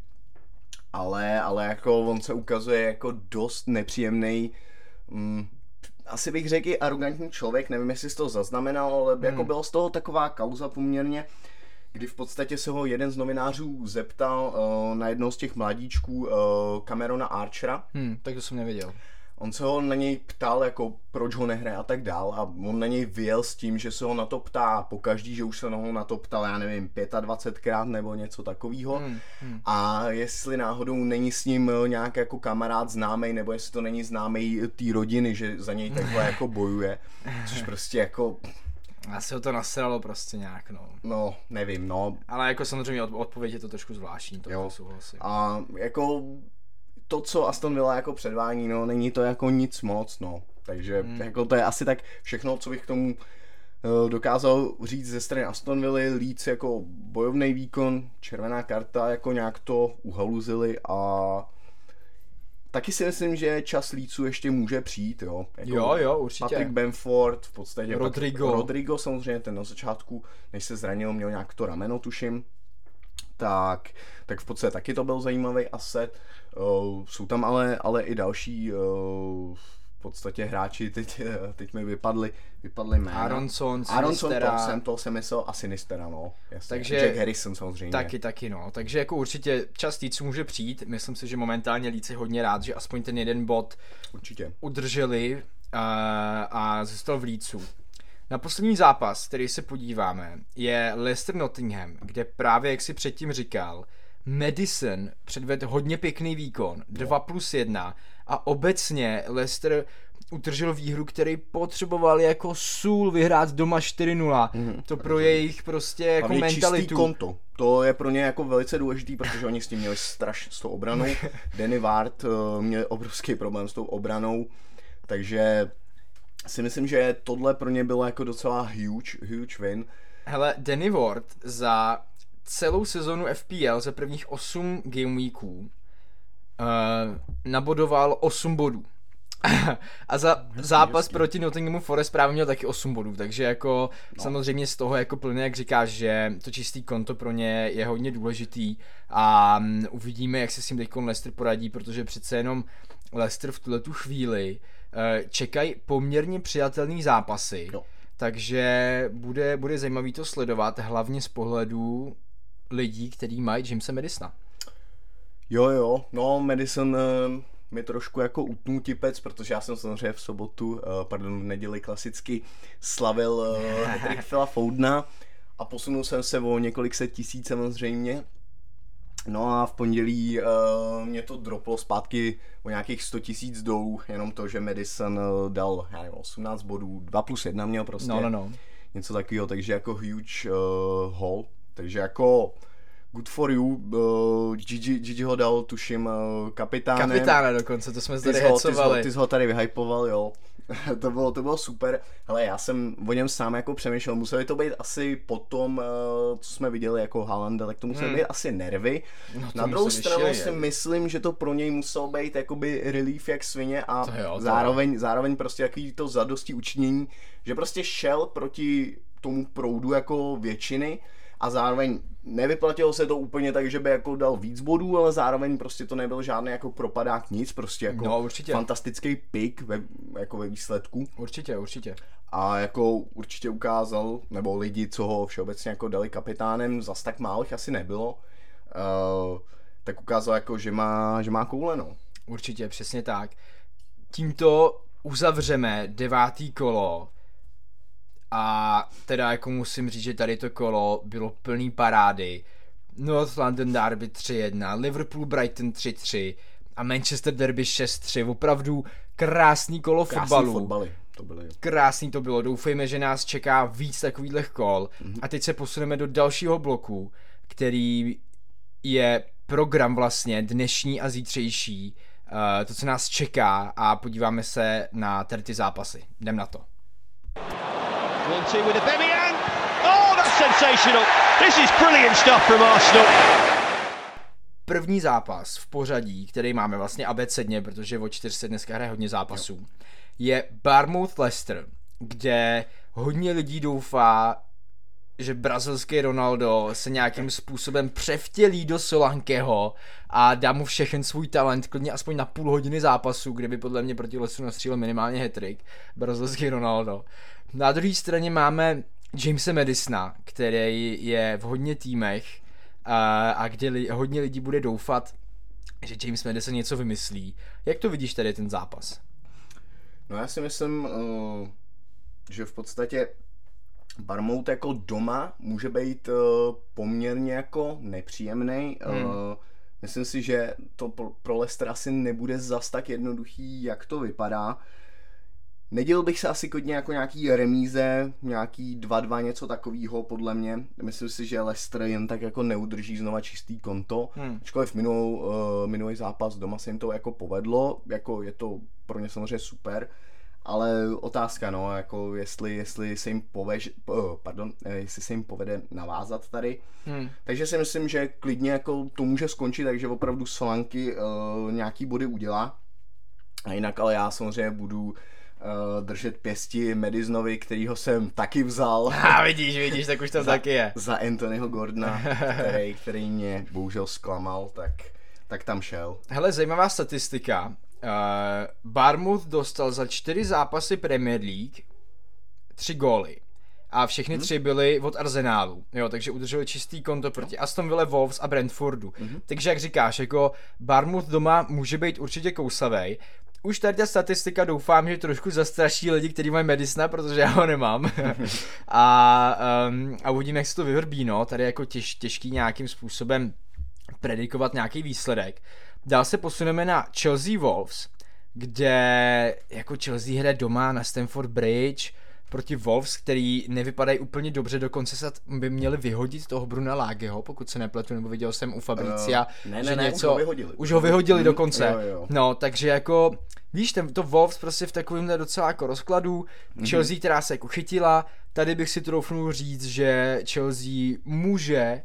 ale, ale jako on se ukazuje jako dost nepříjemný, mm, asi bych řekl i arrogantní člověk, nevím, jestli jsi to zaznamenal, ale hmm. jako byla z toho taková kauza poměrně, kdy v podstatě se ho jeden z novinářů zeptal uh, na jednoho z těch mladíčků uh, Camerona Archera. Hmm, tak to jsem nevěděl. On se ho na něj ptal, jako proč ho nehraje a tak dál a on na něj vyjel s tím, že se ho na to ptá pokaždý, že už se ho na to ptal, já nevím, dvacetpětkrát nebo něco takového. Hmm, hmm. A jestli náhodou není s ním nějak jako kamarád známej, nebo jestli to není známej té rodiny, že za něj takhle jako bojuje, což prostě jako... Asi ho to nasralo prostě nějak, no. No, nevím, no. Ale jako samozřejmě odpověď je to trošku zvláštní, to jo. Souhlasím. A jako to, co Aston Villa jako předvání, no, není to jako nic moc, no. Takže hmm. jako to je asi tak všechno, co bych k tomu uh, dokázal říct ze strany Aston Villa. Leeds jako bojovný výkon, červená karta, jako nějak to uhaluzili a taky si myslím, že čas Leedsu ještě může přijít, jo. Jako jo, jo, určitě. Patrick Bamford, v podstatě Rodrigo. Rodrigo samozřejmě, ten na začátku, než se zranil, měl nějak to rameno, tuším. Tak, tak v podstatě taky to byl zajímavý asset. Uh, jsou tam ale, ale i další uh, v podstatě hráči, teď, teď mi vypadly, vypadly jména. Aronson, Aronson, Sinistera. to jsem, to jsem myslel, a Sinistera, no. Jasně. Takže, Jack Harrison samozřejmě. Taky, taky, no. Takže jako určitě čas Leedsu může přijít. Myslím si, že momentálně Leeds je hodně rád, že aspoň ten jeden bod určitě udrželi a, a zůstal v Leedsu. Na poslední zápas, který se podíváme, je Leicester Nottingham, kde právě, jak si předtím říkal, Maddison předvedl hodně pěkný výkon, dva plus jedna, a obecně Leicester utržil výhru, který potřeboval jako sůl vyhrát doma čtyři nula. Mm-hmm. To pro jejich prostě jako hlavně mentalitu. Čistý konto. To je pro ně jako velice důležitý, protože oni s tím měli straš s tou obranou. Danny Ward uh, měl obrovský problém s tou obranou, takže si myslím, že tohle pro ně bylo jako docela huge, huge win. Hele, Danny Ward za celou sezonu F P L za prvních osm gameweeků uh, nabodoval osm bodů. A za hezký, zápas hezký. Proti Nottinghamu Forest právě měl taky osm bodů, takže jako no. Samozřejmě z toho jako plně, jak říkáš, že to čistý konto pro ně je hodně důležitý a um, uvidíme, jak se s tím teďkon Leicester poradí, protože přece jenom Leicester v tuhletu chvíli uh, čekají poměrně přijatelný zápasy, no. Takže bude, bude zajímavý to sledovat, hlavně z pohledu lidí, kteří mají Jamesa Madisona. Jo, jo, no Madison uh, mi trošku jako utnul tipec, protože já jsem samozřejmě v sobotu, uh, pardon, v neděli klasicky slavil uh, hat-trick Phila Foudena a posunul jsem se o několik set tisíc samozřejmě. No a v pondělí uh, mě to droplo zpátky o nějakých sto tisíc dolů, jenom to, že Madison uh, dal, já nevím, osmnáct bodů, dva plus jedna měl prostě, no, no, no. Něco takového, takže jako huge uh, haul, takže jako good for you, uh, Gigi, Gigi ho dal, tuším, uh, kapitánem. Kapitána dokonce, to jsme tady hecovali. Ty, ty, ty jsi ho tady vyhypoval, jo. to, bylo, to bylo super. Hele, já jsem o něm sám jako přemýšlel, museli to být asi potom, uh, co jsme viděli jako Haalanda, tak to museli hmm. být asi nervy. No, na druhou stranu vyšili, si je. myslím, že to pro něj muselo být jakoby relief jak svině a jo, zároveň, zároveň prostě jaký to zadosti učinění, že prostě šel proti tomu proudu jako většiny a zároveň nevyplatilo se to úplně tak, že by jako dal víc bodů, ale zároveň prostě to nebyl žádný jako propadák, nic, prostě jako no, určitě. Fantastický pick ve, jako ve výsledku. Určitě, určitě. A jako určitě ukázal, nebo lidi, co ho všeobecně jako dali kapitánem, zas tak málo jich asi nebylo, uh, tak ukázal jako, že má, že má koule, no. Určitě, přesně tak. Tímto uzavřeme devátý kolo. A teda jako musím říct, že tady to kolo bylo plný parády. North London Derby tři jedna, Liverpool Brighton tři tři a Manchester Derby šest tři. Opravdu krásný kolo krásný fotbalu. fotbaly to byly. Krásný to bylo. Doufejme, že nás čeká víc takových kol. Mm-hmm. A teď se posuneme do dalšího bloku, který je program vlastně dnešní a zítřejší. Uh, to, co nás čeká, a podíváme se na tady ty zápasy. Jdem na to. one two with Aubameyang. Oh, that's sensational. This is brilliant stuff from Arsenal. První zápas v pořadí, který máme vlastně abecedně, protože o čtyři se dneska hraje hodně zápasů, jo. je Bournemouth Leicester, kde hodně lidí doufá, že brazilský Ronaldo se nějakým způsobem převtělí do Solankeho a dá mu všechen svůj talent, klidně aspoň na půl hodiny zápasu, kde by podle mě proti Leicesteru nastřílel minimálně hat-trick, brazilský Ronaldo. Na druhé straně máme Jamesa Madisona, který je v hodně týmech a, a kde li, hodně lidí bude doufat, že James Maddison něco vymyslí. Jak to vidíš tady ten zápas? No já si myslím, uh, že v podstatě Bournemouth jako doma může být uh, poměrně jako nepříjemný. Hmm. Uh, myslím si, že to pro, pro Leicester asi nebude zas tak jednoduchý, jak to vypadá. Nedělal bych se asi kodně jako nějaký remíze, nějaký dva dva, něco takového podle mě. Myslím si, že Leicester jen tak jako neudrží znova čistý konto. Hmm. Ačkoliv minulou, uh, minulý zápas doma se jim to jako povedlo, jako je to pro ně samozřejmě super. ale otázka, no, jako jestli, jestli se jim povež, pardon, jestli se jim povede navázat tady. Hmm. Takže si myslím, že klidně jako to může skončit, takže opravdu Solanky uh, nějaký body udělá. A jinak ale já samozřejmě budu uh, držet pěsti Madisnovi, kterýho jsem taky vzal. A vidíš, vidíš, tak už to za, taky je. Za Anthonyho Gordona, který, který mě bohužel zklamal, tak, tak tam šel. Hele, zajímavá statistika. Uh, Bournemouth dostal za čtyři zápasy Premier League tři góly. A všechny hmm. tři byly od Arsenálu, jo, takže udrželi čistý konto proti Aston Ville, Wolves a Brentfordu. Hmm. Takže jak říkáš, jako Bournemouth doma může být určitě kousavej. Už tady ta statistika doufám, že trošku zastraší lidi, kteří mají Madisona, protože já ho nemám. a, um, a uvidíme, jak se to vyvrbí, no, tady jako těž, těžký nějakým způsobem predikovat nějaký výsledek. Dál se posuneme na Chelsea Wolves, kde jako Chelsea hraje doma na Stamford Bridge proti Wolves, který nevypadají úplně dobře, dokonce se by měli vyhodit toho Bruna Lágeho, pokud se nepletu, nebo viděl jsem u Fabricia, uh, ne, že ne, ne, něco, už ho vyhodili. Už ho vyhodili hmm, dokonce. Jo, jo. No, takže jako, víš, ten, to Wolves prostě v takovémhle docela jako rozkladu, mm-hmm. Chelsea, která se jako chytila, tady bych si troufnul říct, že Chelsea může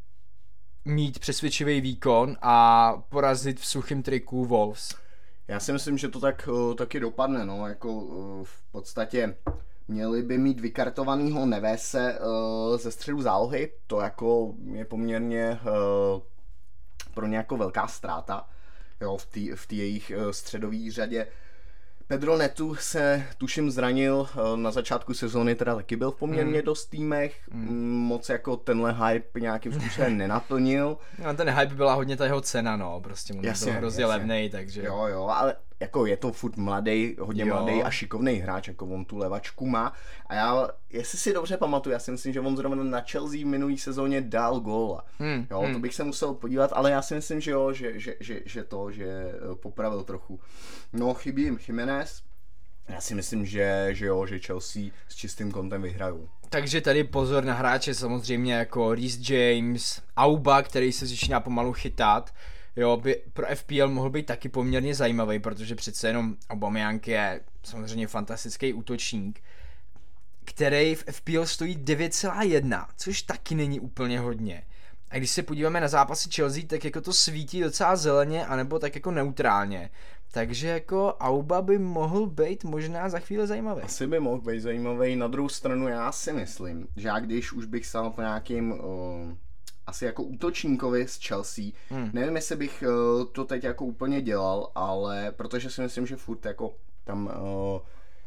mít přesvědčivý výkon a porazit v suchém triku Wolves. Já si myslím, že to tak uh, taky dopadne, no, jako uh, v podstatě měli by mít vykartovanýho Nevese uh, ze středu zálohy, to jako je poměrně uh, pro ně jako velká ztráta, jo, v té v jejich uh, středové řadě. Pedro Neto se tuším zranil, na začátku sezóny teda taky byl v poměrně mm. dost týmech, mm. moc jako tenhle hype nějakým způsobem nenaplnil. No, ten hype byla hodně ta jeho cena, no, prostě mu jasně, byl hrozně levnej, takže... Jo, jo, ale jako je to furt mladý, hodně jo. mladý a šikovný hráč, jako on tu levačku má. A já, jestli si dobře pamatuju, já si myslím, že on zrovna na Chelsea v minulý sezóně dal góla. Hmm, jo, hmm. to bych se musel podívat, ale já si myslím, že jo, že, že, že, že to, že popravil trochu. No, chybí jim Jiménez. Já si myslím, že, že jo, že Chelsea s čistým kontem vyhrajou. Takže tady pozor na hráče samozřejmě jako Reece James, Auba, který se začíná pomalu chytat. Jo, by pro F P L mohl být taky poměrně zajímavý, protože přece jenom Aubameyang je samozřejmě fantastický útočník, který v F P L stojí devět celá jedna, což taky není úplně hodně. A když se podíváme na zápasy Chelsea, tak jako to svítí docela zeleně, anebo tak jako neutrálně. Takže jako Auba by mohl být možná za chvíli zajímavý. Asi by mohl být zajímavý. Na druhou stranu já si myslím, že já když už bych stál po nějakým uh, asi jako útočníkovi z Chelsea, hmm. nevím, jestli bych uh, to teď jako úplně dělal, ale protože si myslím, že furt jako tam uh,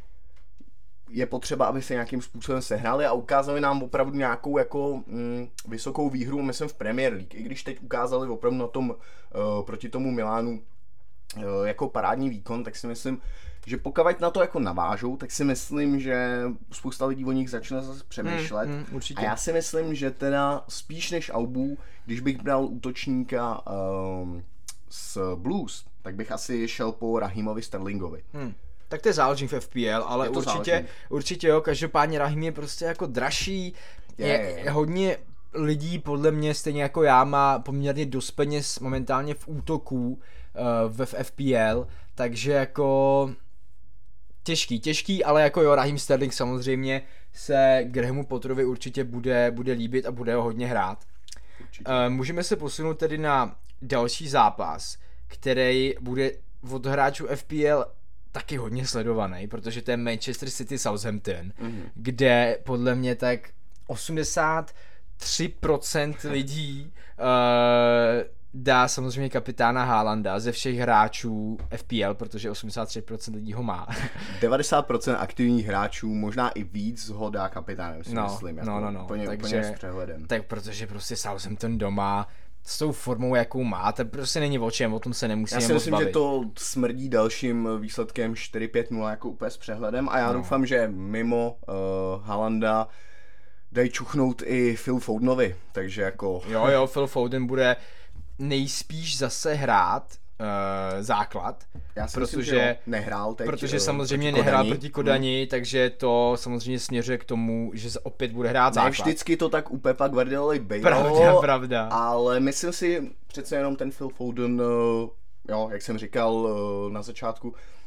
je potřeba, aby se nějakým způsobem sehráli a ukázali nám opravdu nějakou jako mm, vysokou výhru, myslím v Premier League, i když teď ukázali opravdu na tom uh, proti tomu Milánu uh, jako parádní výkon, tak si myslím, že pokud na to jako navážou, tak si myslím, že spousta lidí o nich začne zase přemýšlet. Hmm, hmm, určitě. A já si myslím, že teda spíš než Aubu, když bych bral útočníka um, z Blues, tak bych asi šel po Rahimovi Sterlingovi. Hmm. Tak to je záleží v F P L, ale určitě, určitě jo, každopádně Rahim je prostě jako dražší, je, je, je hodně lidí podle mě stejně jako já má poměrně dost peněz momentálně v útoku uh, v F P L, takže jako těžký, těžký, ale jako jo, Raheem Sterling samozřejmě se Grahamu Potterovi určitě bude, bude líbit a bude ho hodně hrát. Uh, můžeme se posunout tedy na další zápas, který bude od hráčů F P L taky hodně sledovaný, protože to je Manchester City Southampton, mm-hmm. kde podle mě tak osmdesát tři procent lidí uh, dá samozřejmě kapitána Haalanda ze všech hráčů F P L, protože osmdesát tři procent lidí ho má. devadesát procent aktivních hráčů, možná i víc ho dá kapitánem, si no, myslím. Jako no, no, no. Úplně, Takže, úplně s přehledem. Tak protože prostě Southampton doma s tou formou, jakou má, to prostě není o čem, o tom se nemusíme moc bavit. Já si myslím, bavit. že to smrdí dalším výsledkem čtyři pět nula jako úplně s přehledem a já no. doufám, že mimo uh, Haalanda dají čuchnout i Phil Fodenovi, takže jako... Jo, jo, Phil Foden bude nejspíš zase hrát uh, základ. Já si protože, myslím, že nehrál teď. Protože samozřejmě proti nehrál proti Kodani, hmm. takže to samozřejmě směřuje k tomu, že opět bude hrát základ. Ne vždycky to tak u Pepa Guardioly bylo, pravda, pravda. Ale myslím si přece jenom ten Phil Foden, jo, jak jsem říkal na začátku,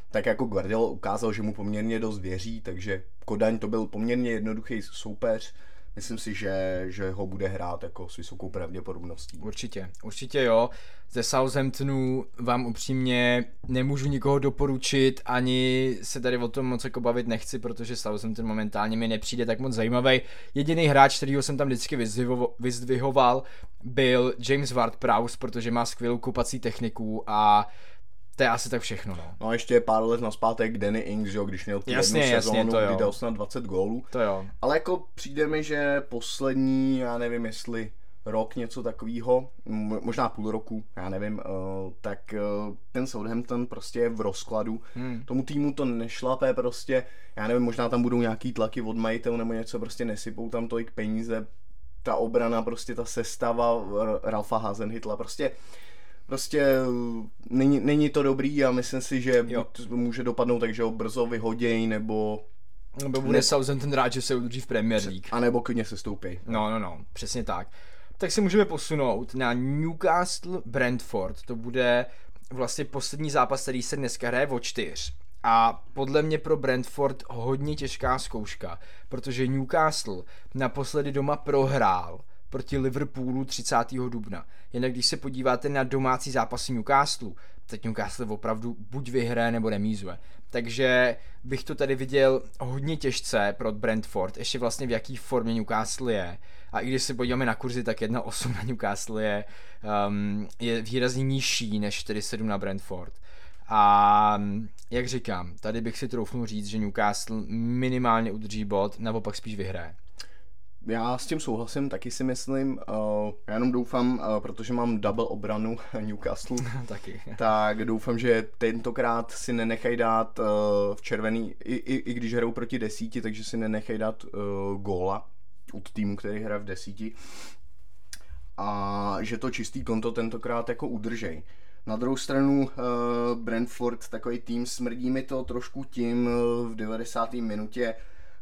tak jako Guardiola ukázal, že mu poměrně dost věří, takže Kodaň to byl poměrně jednoduchý soupeř. Myslím si, že, že ho bude hrát jako s vysokou pravděpodobností. Určitě, určitě jo. Ze Southamptonu vám upřímně nemůžu nikoho doporučit, ani se tady o tom moc jako bavit nechci, protože Southampton momentálně mi nepřijde tak moc zajímavý. Jediný hráč, kterýho jsem tam vždycky vyzdvihoval, byl James Ward-Prowse, protože má skvělou kopací techniku a to je asi tak všechno, no. No a ještě pár let nazpátek Danny Ings, jo, když měl tu jasně, jednu jasně, sezónu, to kdy dal snad dvacet gólů. To jo. Ale jako přijde mi, že poslední, já nevím jestli rok něco takového, možná půl roku, já nevím, uh, tak uh, ten Southampton prostě je v rozkladu. Hmm. Tomu týmu to nešlape prostě, já nevím, možná tam budou nějaký tlaky od majitelů nebo něco, prostě nesypou tam tolik peníze. Ta obrana, prostě ta sestava Ralfa Hasenhüttla, prostě Prostě není, není to dobrý a myslím si, že buď může dopadnout tak, že ho brzo vyhoděj, nebo... Nebo bude ne... Southampton rád, že se udrží v Premier League. A nebo klidně se stoupí. No, no, no, přesně tak. Tak si můžeme posunout na Newcastle Brentford. To bude vlastně poslední zápas, který se dneska hraje o čtyř. A podle mě pro Brentford hodně těžká zkouška, protože Newcastle naposledy doma prohrál proti Liverpoolu třicátého dubna. Jinak když se podíváte na domácí zápasy Newcastle, teď Newcastle opravdu buď vyhraje nebo remízuje. Takže bych to tady viděl hodně těžce pro Brentford, ještě vlastně v jaký formě Newcastle je. A i když se podíváme na kurzy, tak jedna osm na Newcastle je, um, je výrazně nižší než čtyři sedm na Brentford. A jak říkám, tady bych si troufnul říct, že Newcastle minimálně udrží bod, naopak spíš vyhraje. Já s tím souhlasím, taky si myslím, uh, já jenom doufám, uh, protože mám double obranu Newcastle, taky. tak doufám, že tentokrát si nenechají dát uh, v červený, i, i, i když hrajou proti desíti, takže si nenechají dát uh, góla od týmu, který hraje v desíti a že to čistý konto tentokrát jako udržej. Na druhou stranu uh, Brentford, takový tým, smrdí mi to trošku tím uh, v devadesáté minutě,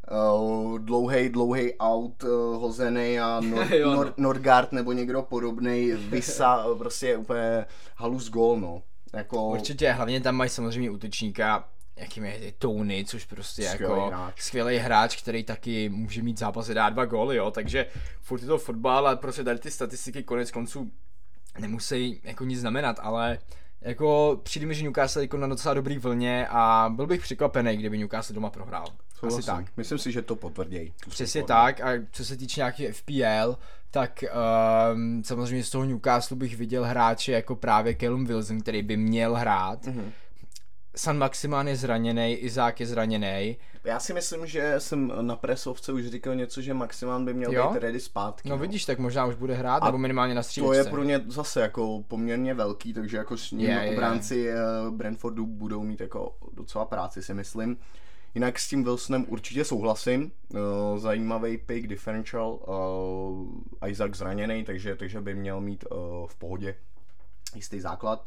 Uh, dlouhej, dlouhej out uh, hozený a Nor- Nor- Norgard nebo někdo podobnej vysa, prostě úplně halus gól, no. Jako... Určitě, hlavně tam mají samozřejmě útočníka, jakým je Tony, což prostě skvělý jako hráč. skvělý hráč, který taky může mít zápas a dát dva góly, jo, takže furt je to fotbal a prostě tady ty statistiky konec konců nemusí jako nic znamenat, ale jako přijde mi, že Newcastle jako na docela dobrý vlně a byl bych překvapený, kdyby Newcastle doma prohrál. Asi tak. Myslím si, že to potvrdějí. Přesně tak, a co se týče nějaký F P L, tak um, samozřejmě z toho Newcastle bych viděl hráče jako právě Callum Wilson, který by měl hrát. Mm-hmm. San Maximán je zraněný, Izák je zraněný. Já si myslím, že jsem na presovce už říkal něco, že Maximán by měl jo? být ready zpátky. No, no vidíš, tak možná už bude hrát, a nebo minimálně na střílečce. To je pro ně zase jako poměrně velký, takže jako s ním je, obránci je. Brentfordu budou mít jako docela práci, si myslím. Jinak s tím Wilsonem určitě souhlasím, uh, zajímavý pick, differential, uh, Isaac zraněný, takže, takže by měl mít uh, v pohodě jistý základ.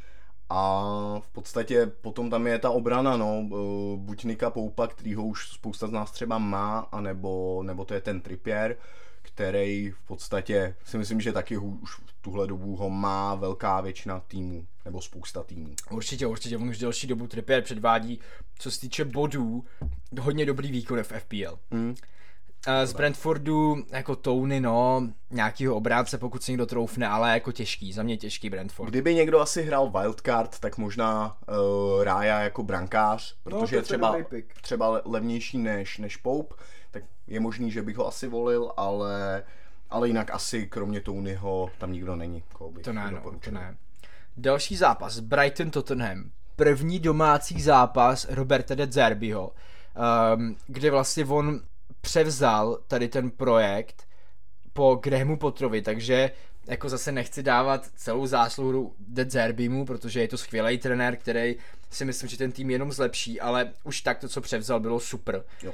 A v podstatě potom tam je ta obrana, no, uh, buď Nika Poupa, kterýho už spousta z nás třeba má, anebo, nebo to je ten Trippier, který v podstatě si myslím, že taky už v tuhle dobu ho má velká většina týmů, nebo spousta týmů. Určitě, určitě, on už delší dobu Trippier předvádí, co se týče bodů, hodně dobrý výkon v F P L. Mm. Z Brentfordu jako Tony, no, nějakýho obránce, pokud si někdo troufne, ale jako těžký, za mě těžký Brentford. Kdyby někdo asi hrál wildcard, tak možná uh, Raya jako brankář, protože no, je třeba, třeba levnější než, než Pope, tak je možný, že bych ho asi volil, ale, ale jinak asi kromě Tonyho tam nikdo není. To ne, no, to ne. Další zápas, Brighton Tottenham. První domácí zápas Roberta De Zerbiho, um, kde vlastně on převzal tady ten projekt po Grahamu Potterovi, takže jako zase nechci dávat celou zásluhu De Zerbimu, protože je to skvělý trenér, který si myslím, že ten tým jenom zlepší, ale už tak to, co převzal, bylo super. Jo.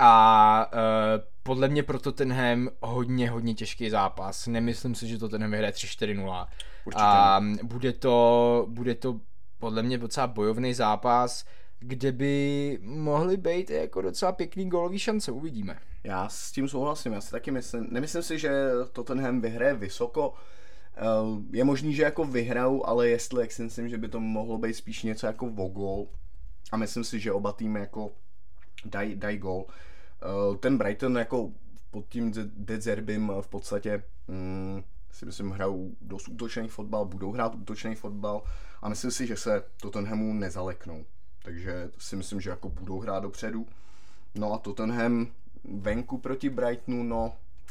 A uh, podle mě pro Tottenham hodně, hodně těžký zápas. Nemyslím si, že Tottenham vyhraje tři čtyři nula. A bude to, bude to podle mě docela bojovný zápas, kde by mohly být jako docela pěkný gólový šance, uvidíme. Já s tím souhlasím, já si taky myslím, nemyslím si, že Tottenham vyhraje vysoko, je možný, že jako vyhrajou, ale jestli, jak si myslím, že by to mohlo být spíš něco jako o gól, a myslím si, že oba týmy jako dají daj gól. Ten Brighton jako pod tím De Zerbim v podstatě mm, si myslím hrajou dost útočný fotbal, budou hrát útočný fotbal a myslím si, že se Tottenhamu nezaleknou. Takže si myslím, že jako budou hrát dopředu. No a Tottenham venku proti Brightonu, no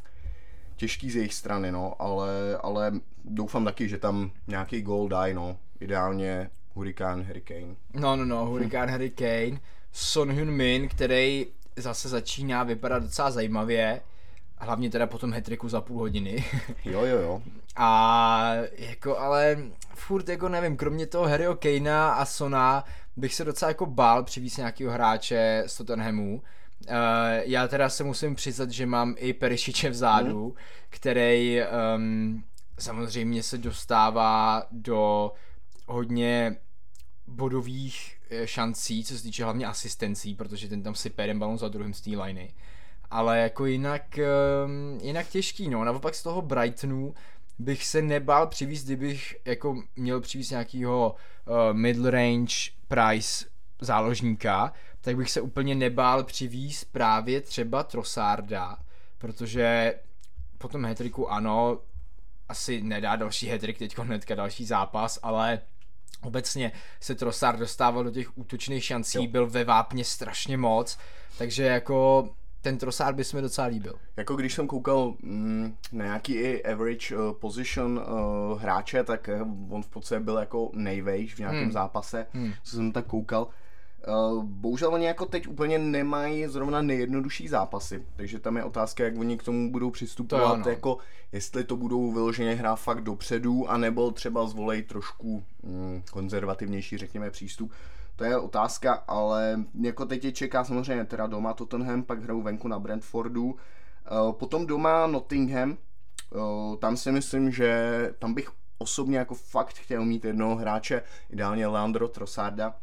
těžký z jejich strany, no, ale, ale doufám taky, že tam nějaký gól dají, no, ideálně Hurricane, Harry Kane. No, no, no, Hurricane, Harry Kane, Son Heung-min, který zase začíná vypadat docela zajímavě, hlavně teda po tom hat-tricku za půl hodiny. Jo, jo, jo. A jako, ale furt jako nevím, kromě toho Harryho Kanea a Sona bych se docela jako bál přivízt nějakého hráče z Tottenhamu. Uh, já teda se musím přiznat, že mám i Perišiče vzadu, mm. který um, samozřejmě se dostává do hodně bodových šancí, co se týče hlavně asistencí, protože ten tam sype jeden balon za druhým z té liney. Ale jako jinak, um, jinak těžký, no. Naopak z toho Brightonu bych se nebál přivízt, kdybych jako měl přivízt nějakýho uh, middle range price záložníka, tak bych se úplně nebál přivízt právě třeba Trossarda, protože po tom hat-tricku ano, asi nedá další hat-trick teďko hnedka další zápas, ale obecně se Trossard dostával do těch útočných šancí, jo. Byl ve vápně strašně moc, takže jako ten Trossard by se mi docela líbil. Jako když jsem koukal mm, na nějaký i average uh, position uh, hráče, tak uh, on v podstatě byl jako nejvejš v nějakém hmm. zápase, hmm. co jsem tak koukal. Uh, bohužel oni jako teď úplně nemají zrovna nejjednodušší zápasy, takže tam je otázka, jak oni k tomu budou přistupovat, to jako jestli to budou vyloženě hrát fakt dopředu, anebo třeba zvolej trošku mm, konzervativnější, řekněme, přístup. To je otázka, ale jako teď je čeká samozřejmě teda doma Tottenham, pak hrajou venku na Brentfordu, uh, potom doma Nottingham, uh, tam si myslím, že tam bych osobně jako fakt chtěl mít jednoho hráče, ideálně Leandro Trossarda,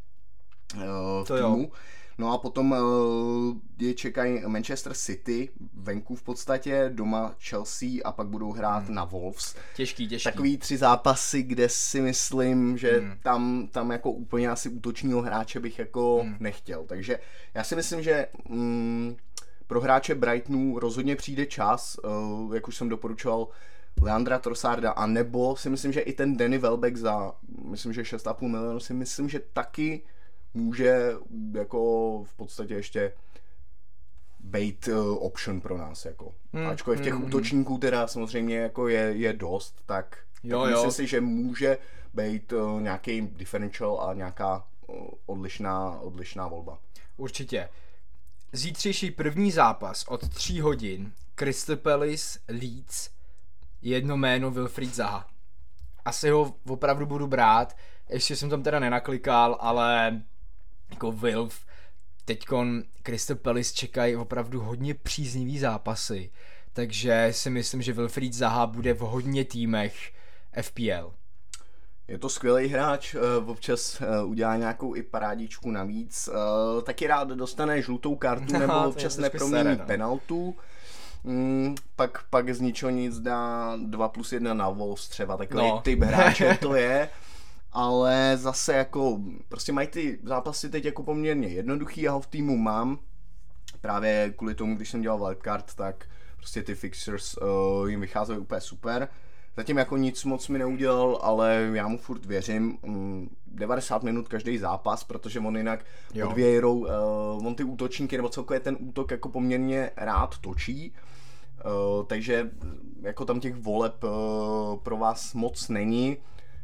v to týmu. Jo. No a potom uh, je čekají Manchester City, venku v podstatě, doma Chelsea a pak budou hrát hmm. na Wolves. Těžký, těžký. Takový tři zápasy, kde si myslím, že hmm. tam, tam jako úplně asi útočního hráče bych jako hmm. nechtěl. Takže já si myslím, že mm, pro hráče Brightonu rozhodně přijde čas, uh, jak už jsem doporučoval, Leandra Trossarda, a nebo si myslím, že i ten Danny Welbeck za, myslím, že šest a půl milionu, si myslím, že taky může jako v podstatě ještě být uh, option pro nás, jako. Hmm, Ačkoliv těch hmm, útočníků teda samozřejmě jako je, je dost, tak, jo, tak jo. myslím si, že může být uh, nějaký differential a nějaká uh, odlišná, odlišná volba. Určitě. Zítřejší první zápas od tří hodin, Crystal Palace Leeds, jedno jméno Wilfried Zaha. Asi ho opravdu budu brát, ještě jsem tam teda nenaklikal, ale jako Wilf, teďkon Crystal Palace čekají opravdu hodně příznivý zápasy, takže si myslím, že Wilfried Zaha bude v hodně týmech F P L. Je to skvělý hráč, občas udělá nějakou i parádičku navíc, taky rád dostane žlutou kartu nebo no, občas nepromění no. penaltu. Mm, pak, pak z ničeho nic dá dva plus jedna na Wolves třeba, takový no. typ hráče to je, ale zase jako, prostě mají ty zápasy teď jako poměrně jednoduchý, já ho v týmu mám, právě kvůli tomu, když jsem dělal wildcard, tak prostě ty fixtures uh, jim vycházely úplně super. Zatím jako nic moc mi neudělal, ale já mu furt věřím, mm, devadesát minut každý zápas, protože on jinak jo. pod Vieirou, uh, on ty útočníky, nebo celkově ten útok jako poměrně rád točí, uh, takže jako tam těch voleb uh, pro vás moc není.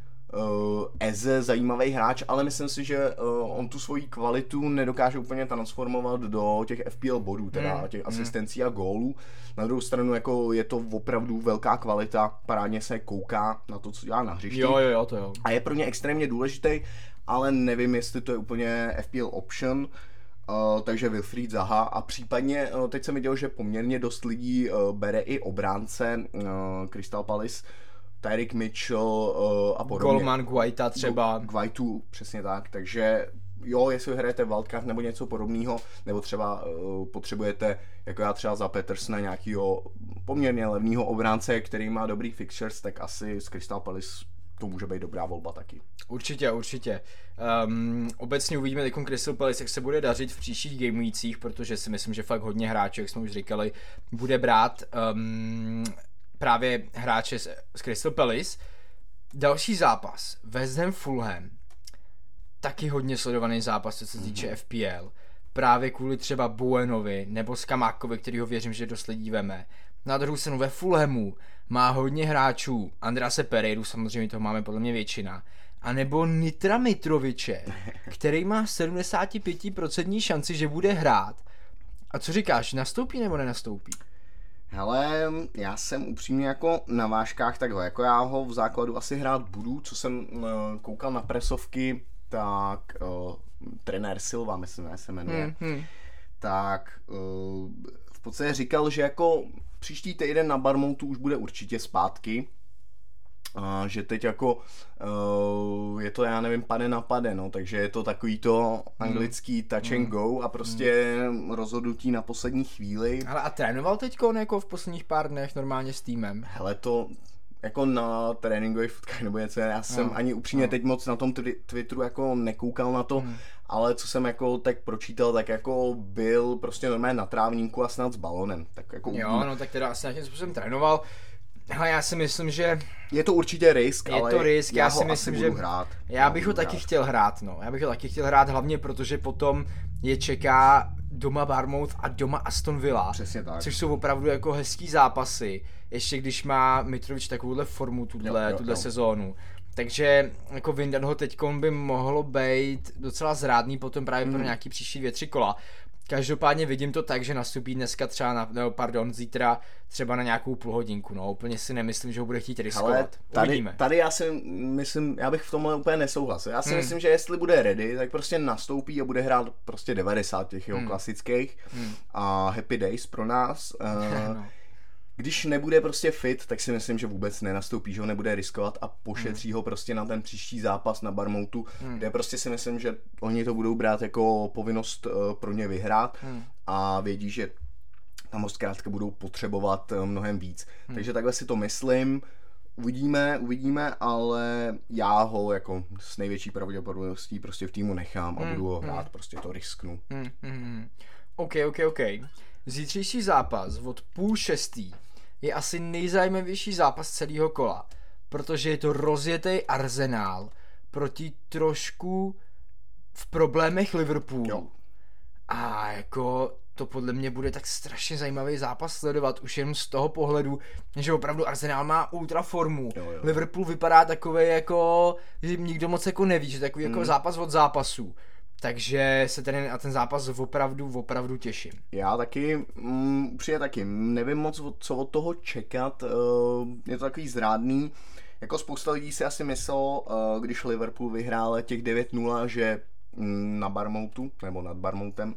Uh, Eze zajímavý hráč, ale myslím si, že uh, on tu svoji kvalitu nedokáže úplně transformovat do těch F P L bodů, teda mm, těch mm. asistencí a gólů. Na druhou stranu jako je to opravdu velká kvalita, parádně se kouká na to, co dělá na hřišti. Jo, jo, jo, to jo. A je pro ně extrémně důležitý, ale nevím, jestli to je úplně F P L option. Uh, takže Wilfried Zaha a případně uh, teď jsem viděl, že poměrně dost lidí uh, bere i obránce uh, Crystal Palace, Tyrick Mitchell uh, a podobně. Coleman, Guaita třeba. Guaitu, přesně tak, takže jo, jestli hrajete wildcard nebo něco podobného, nebo třeba uh, potřebujete, jako já třeba za Petersona, nějakýho poměrně levného obránce, který má dobrý fixtures, tak asi z Crystal Palace to může být dobrá volba taky. Určitě, určitě. Um, obecně uvidíme teď Crystal Palace, jak se bude dařit v příštích gameweecích, protože si myslím, že fakt hodně hráčů, jak jsme už říkali, bude brát um, právě hráče z, z Crystal Palace. Další zápas, West Ham Fulham, taky hodně sledovaný zápas, co se týče mm-hmm. F P L. Právě kvůli třeba Buenovi nebo Skamákovi, kterýho věřím, že dosledí veme. Na druhou stranu ve Fulhamu má hodně hráčů, Andrase Pereiru, samozřejmě toho máme podle mě většina, a nebo Nitra Mitroviče, který má sedmdesát pět procent šanci, že bude hrát. A co říkáš, nastoupí nebo nenastoupí? Hele, já jsem upřímně jako na vážkách takhle, jako já ho v základu asi hrát budu, co jsem uh, koukal na presovky, tak uh, trenér Silva, myslím, se jmenuje, hmm, hmm. tak uh, v podstatě říkal, že jako příští týden na Bournemouthu už bude určitě zpátky, a že teď jako uh, je to, já nevím, pade na pade, no, takže je to takový to anglický touch and go a prostě mm. rozhodnutí na poslední chvíli. Ale a trénoval teďko jako v posledních pár dnech normálně s týmem? Hele, to jako na tréninkových fotkách nebo něco, já jsem no. ani upřímně no. teď moc na tom twi- Twitteru jako nekoukal na to, mm. ale co jsem jako tak pročítal, tak jako byl prostě normálně na trávníku a snad s balonem. Tak jako jo, no tak teda asi nějakým způsobem trénoval. Hele, já si myslím, že je to určitě risk, je ale to risk, já, já si myslím, že hrát. Já bych ho taky hrát. chtěl hrát, no. Já bych ho taky chtěl hrát hlavně, protože potom je čeká doma Bournemouth a doma Aston Villa. Přesně tak. Což jsou opravdu jako hezký zápasy. Ještě když má Mitrovič takovouhle formu tuhle, tuhle sezónu. Takže jako vyndat ho teďkon by mohlo být docela zrádný potom právě hmm. pro nějaký příští dvě, tři kola. Každopádně vidím to tak, že nastupí dneska třeba na, no, pardon, zítra třeba na nějakou půl hodinku, no, úplně si nemyslím, že ho bude chtít riskovat. Ale tady, Uvidíme. Tady já si myslím, já bych v tomhle úplně nesouhlasil. Já si hmm. myslím, že jestli bude ready, tak prostě nastoupí a bude hrát prostě devadesát těch jeho hmm. klasických hmm. a happy days pro nás. no. Když nebude prostě fit, tak si myslím, že vůbec nenastoupí, že ho nebude riskovat a pošetří hmm. ho prostě na ten příští zápas na Bournemouthu, hmm. kde prostě si myslím, že oni to budou brát jako povinnost uh, pro ně vyhrát hmm. a vědí, že tam ho zkrátka budou potřebovat uh, mnohem víc. Hmm. Takže takhle si to myslím. Uvidíme, uvidíme, ale já ho jako s největší pravděpodobností prostě v týmu nechám a hmm. budu ho hrát, hmm. prostě to risknu. Hmm. Hmm. OK, OK, OK. Zítřejší zápas od půl šestý je asi nejzajímavější zápas celého kola, protože je to rozjetý Arsenal proti trošku v problémech Liverpoolu. Jo. A jako to podle mě bude tak strašně zajímavý zápas sledovat, už jen z toho pohledu, že opravdu Arsenal má ultra formu. Jo, jo. Liverpool vypadá takový jako, že nikdo moc jako neví, že takový mm. jako zápas od zápasu. Takže se tedy na ten zápas opravdu, opravdu těším. Já taky, mm, upřímně taky, nevím moc, co od toho čekat, uh, je to takový zrádný. Jako spousta lidí si asi myslel, uh, když Liverpool vyhrál těch devět nula, že mm, na Bournemouthu, nebo nad Bournemouthem,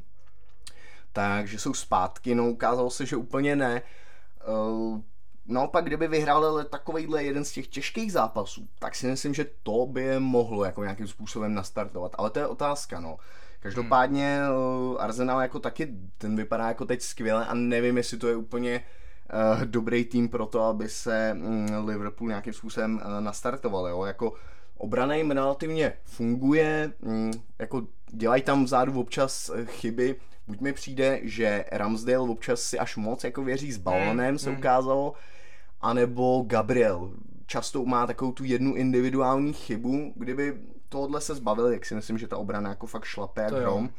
takže jsou zpátky, no ukázalo se, že úplně ne. Uh, Naopak, kdyby vyhrál takovejhle jeden z těch těžkých zápasů, tak si myslím, že to by je mohlo jako nějakým způsobem nastartovat. Ale to je otázka, no. Každopádně hmm. Arsenal jako taky, ten vypadá jako teď skvěle a nevím, jestli to je úplně uh, dobrý tým pro to, aby se um, Liverpool nějakým způsobem uh, nastartoval, jo. Jako obrana jim relativně funguje, um, jako dělají tam vzadu občas chyby. Buď mi přijde, že Ramsdale občas si až moc jako věří s balonem, se ukázalo, anebo Gabriel často má takovou tu jednu individuální chybu, kdyby tohle se zbavil, jak si myslím, že ta obrana jako fakt šlape jak hrom.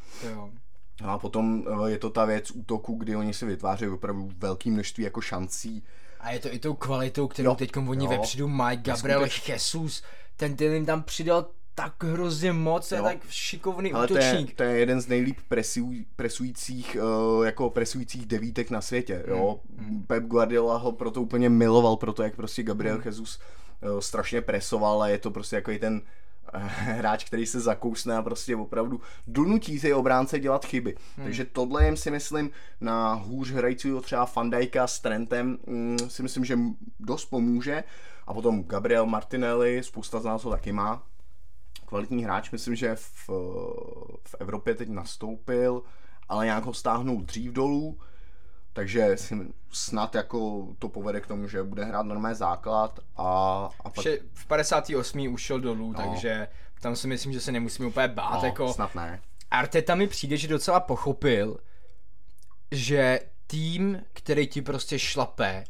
A potom je to ta věc útoku, kdy oni si vytvářejí opravdu velké množství jako šancí. A je to i tou kvalitou, kterou teďkom oni vepředu mají, Gabriel Jesus, ten ten jim tam přidal tak hrozně moc, je tak šikovný ale útočník. To je, to je jeden z nejlíp presuj, presujících, uh, jako presujících devítek na světě, jo. Hmm. Pep Guardiola ho proto úplně miloval, proto jak prostě Gabriel hmm. Jesus uh, strašně presoval a je to prostě jako ten uh, hráč, který se zakousne a prostě opravdu donutí ty obránce dělat chyby. Hmm. Takže tohle jim si myslím na hůř hrajícího třeba Van Dijka s Trentem um, si myslím, že dost pomůže. A potom Gabriel Martinelli, spousta z nás ho taky má. Kvalitní hráč, myslím, že v, v Evropě teď nastoupil, ale nějak ho stáhnul dřív dolů. takže si snad jako to povede k tomu, že bude hrát normální základ a, a pak... V padesátém osmém už šel dolů, no. Takže tam si myslím, že se nemusíme úplně bát. No, jako... snad ne. Arteta mi přijde, že docela pochopil, že tým, který ti prostě šlape,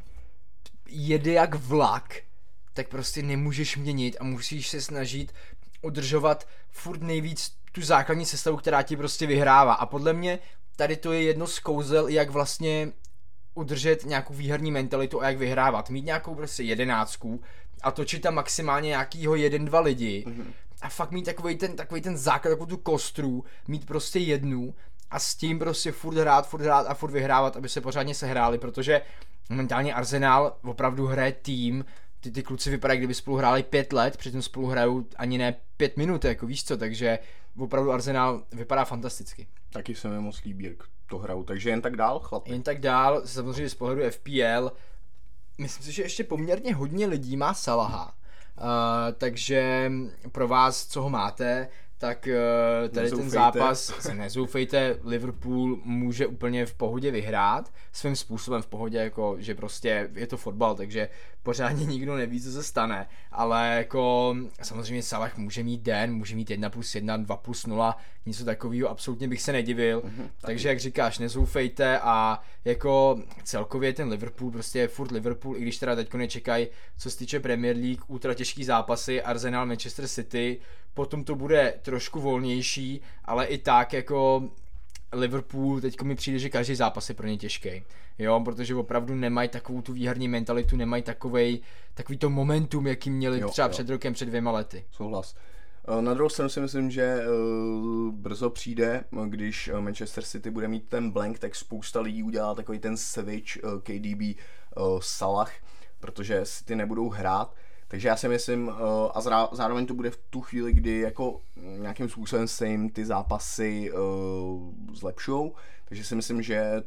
jede jak vlak, tak prostě nemůžeš měnit a musíš se snažit udržovat furt nejvíc tu základní sestavu, která ti prostě vyhrává. A podle mě tady to je jedno z kouzel, jak vlastně udržet nějakou výherní mentalitu a jak vyhrávat. Mít nějakou prostě jedenáctku a točit tam maximálně nějakýho jeden, dva lidi mm-hmm. a fakt mít takovej ten, takovej ten základ, takovou tu kostru, mít prostě jednu a s tím prostě furt hrát, furt hrát a furt vyhrávat, aby se pořádně sehráli, protože momentálně Arsenal opravdu hraje tým, ty, ty kluci vypadají, kdyby spolu hráli pět let, přitom spolu hrajou ani ne pět minut, jako víš co, takže opravdu Arsenal vypadá fantasticky. Taky se mi moc líbí, jak to hrajou, takže jen tak dál, chlapi. Jen tak dál, samozřejmě z pohledu F P L, myslím si, že ještě poměrně hodně lidí má Salaha, uh, takže pro vás, co ho máte, tak uh, tady nezoufejte. Ten zápas, se nezoufejte, Liverpool může úplně v pohodě vyhrát, svým způsobem v pohodě, jako že prostě je to fotbal, takže pořádně nikdo neví, co se stane, ale jako samozřejmě Salah může mít den, může mít jedna plus jedna, dva plus nula, něco takového, absolutně bych se nedivil, mm-hmm, takže jak říkáš, nezoufejte a jako celkově ten Liverpool prostě je furt Liverpool, i když teda teďko nečekají, co se týče Premier League, ultra těžký zápasy, Arsenal, Manchester City, potom to bude trošku volnější, ale i tak jako Liverpool, teďko mi přijde, že každý zápas je pro ně těžký, jo, protože opravdu nemají takovou tu výherní mentalitu, nemají takovej, takový to momentum, jaký měli jo, třeba jo. před rokem, před dvěma lety. Souhlas. Na druhou stranu si myslím, že uh, brzo přijde, když Manchester City bude mít ten blank, tak spousta lidí udělá takový ten switch uh, K D B uh, Salah, protože City nebudou hrát. Takže já si myslím, uh, a zrá, zároveň to bude v tu chvíli, kdy jako nějakým způsobem se jim ty zápasy uh, zlepšou, takže si myslím, že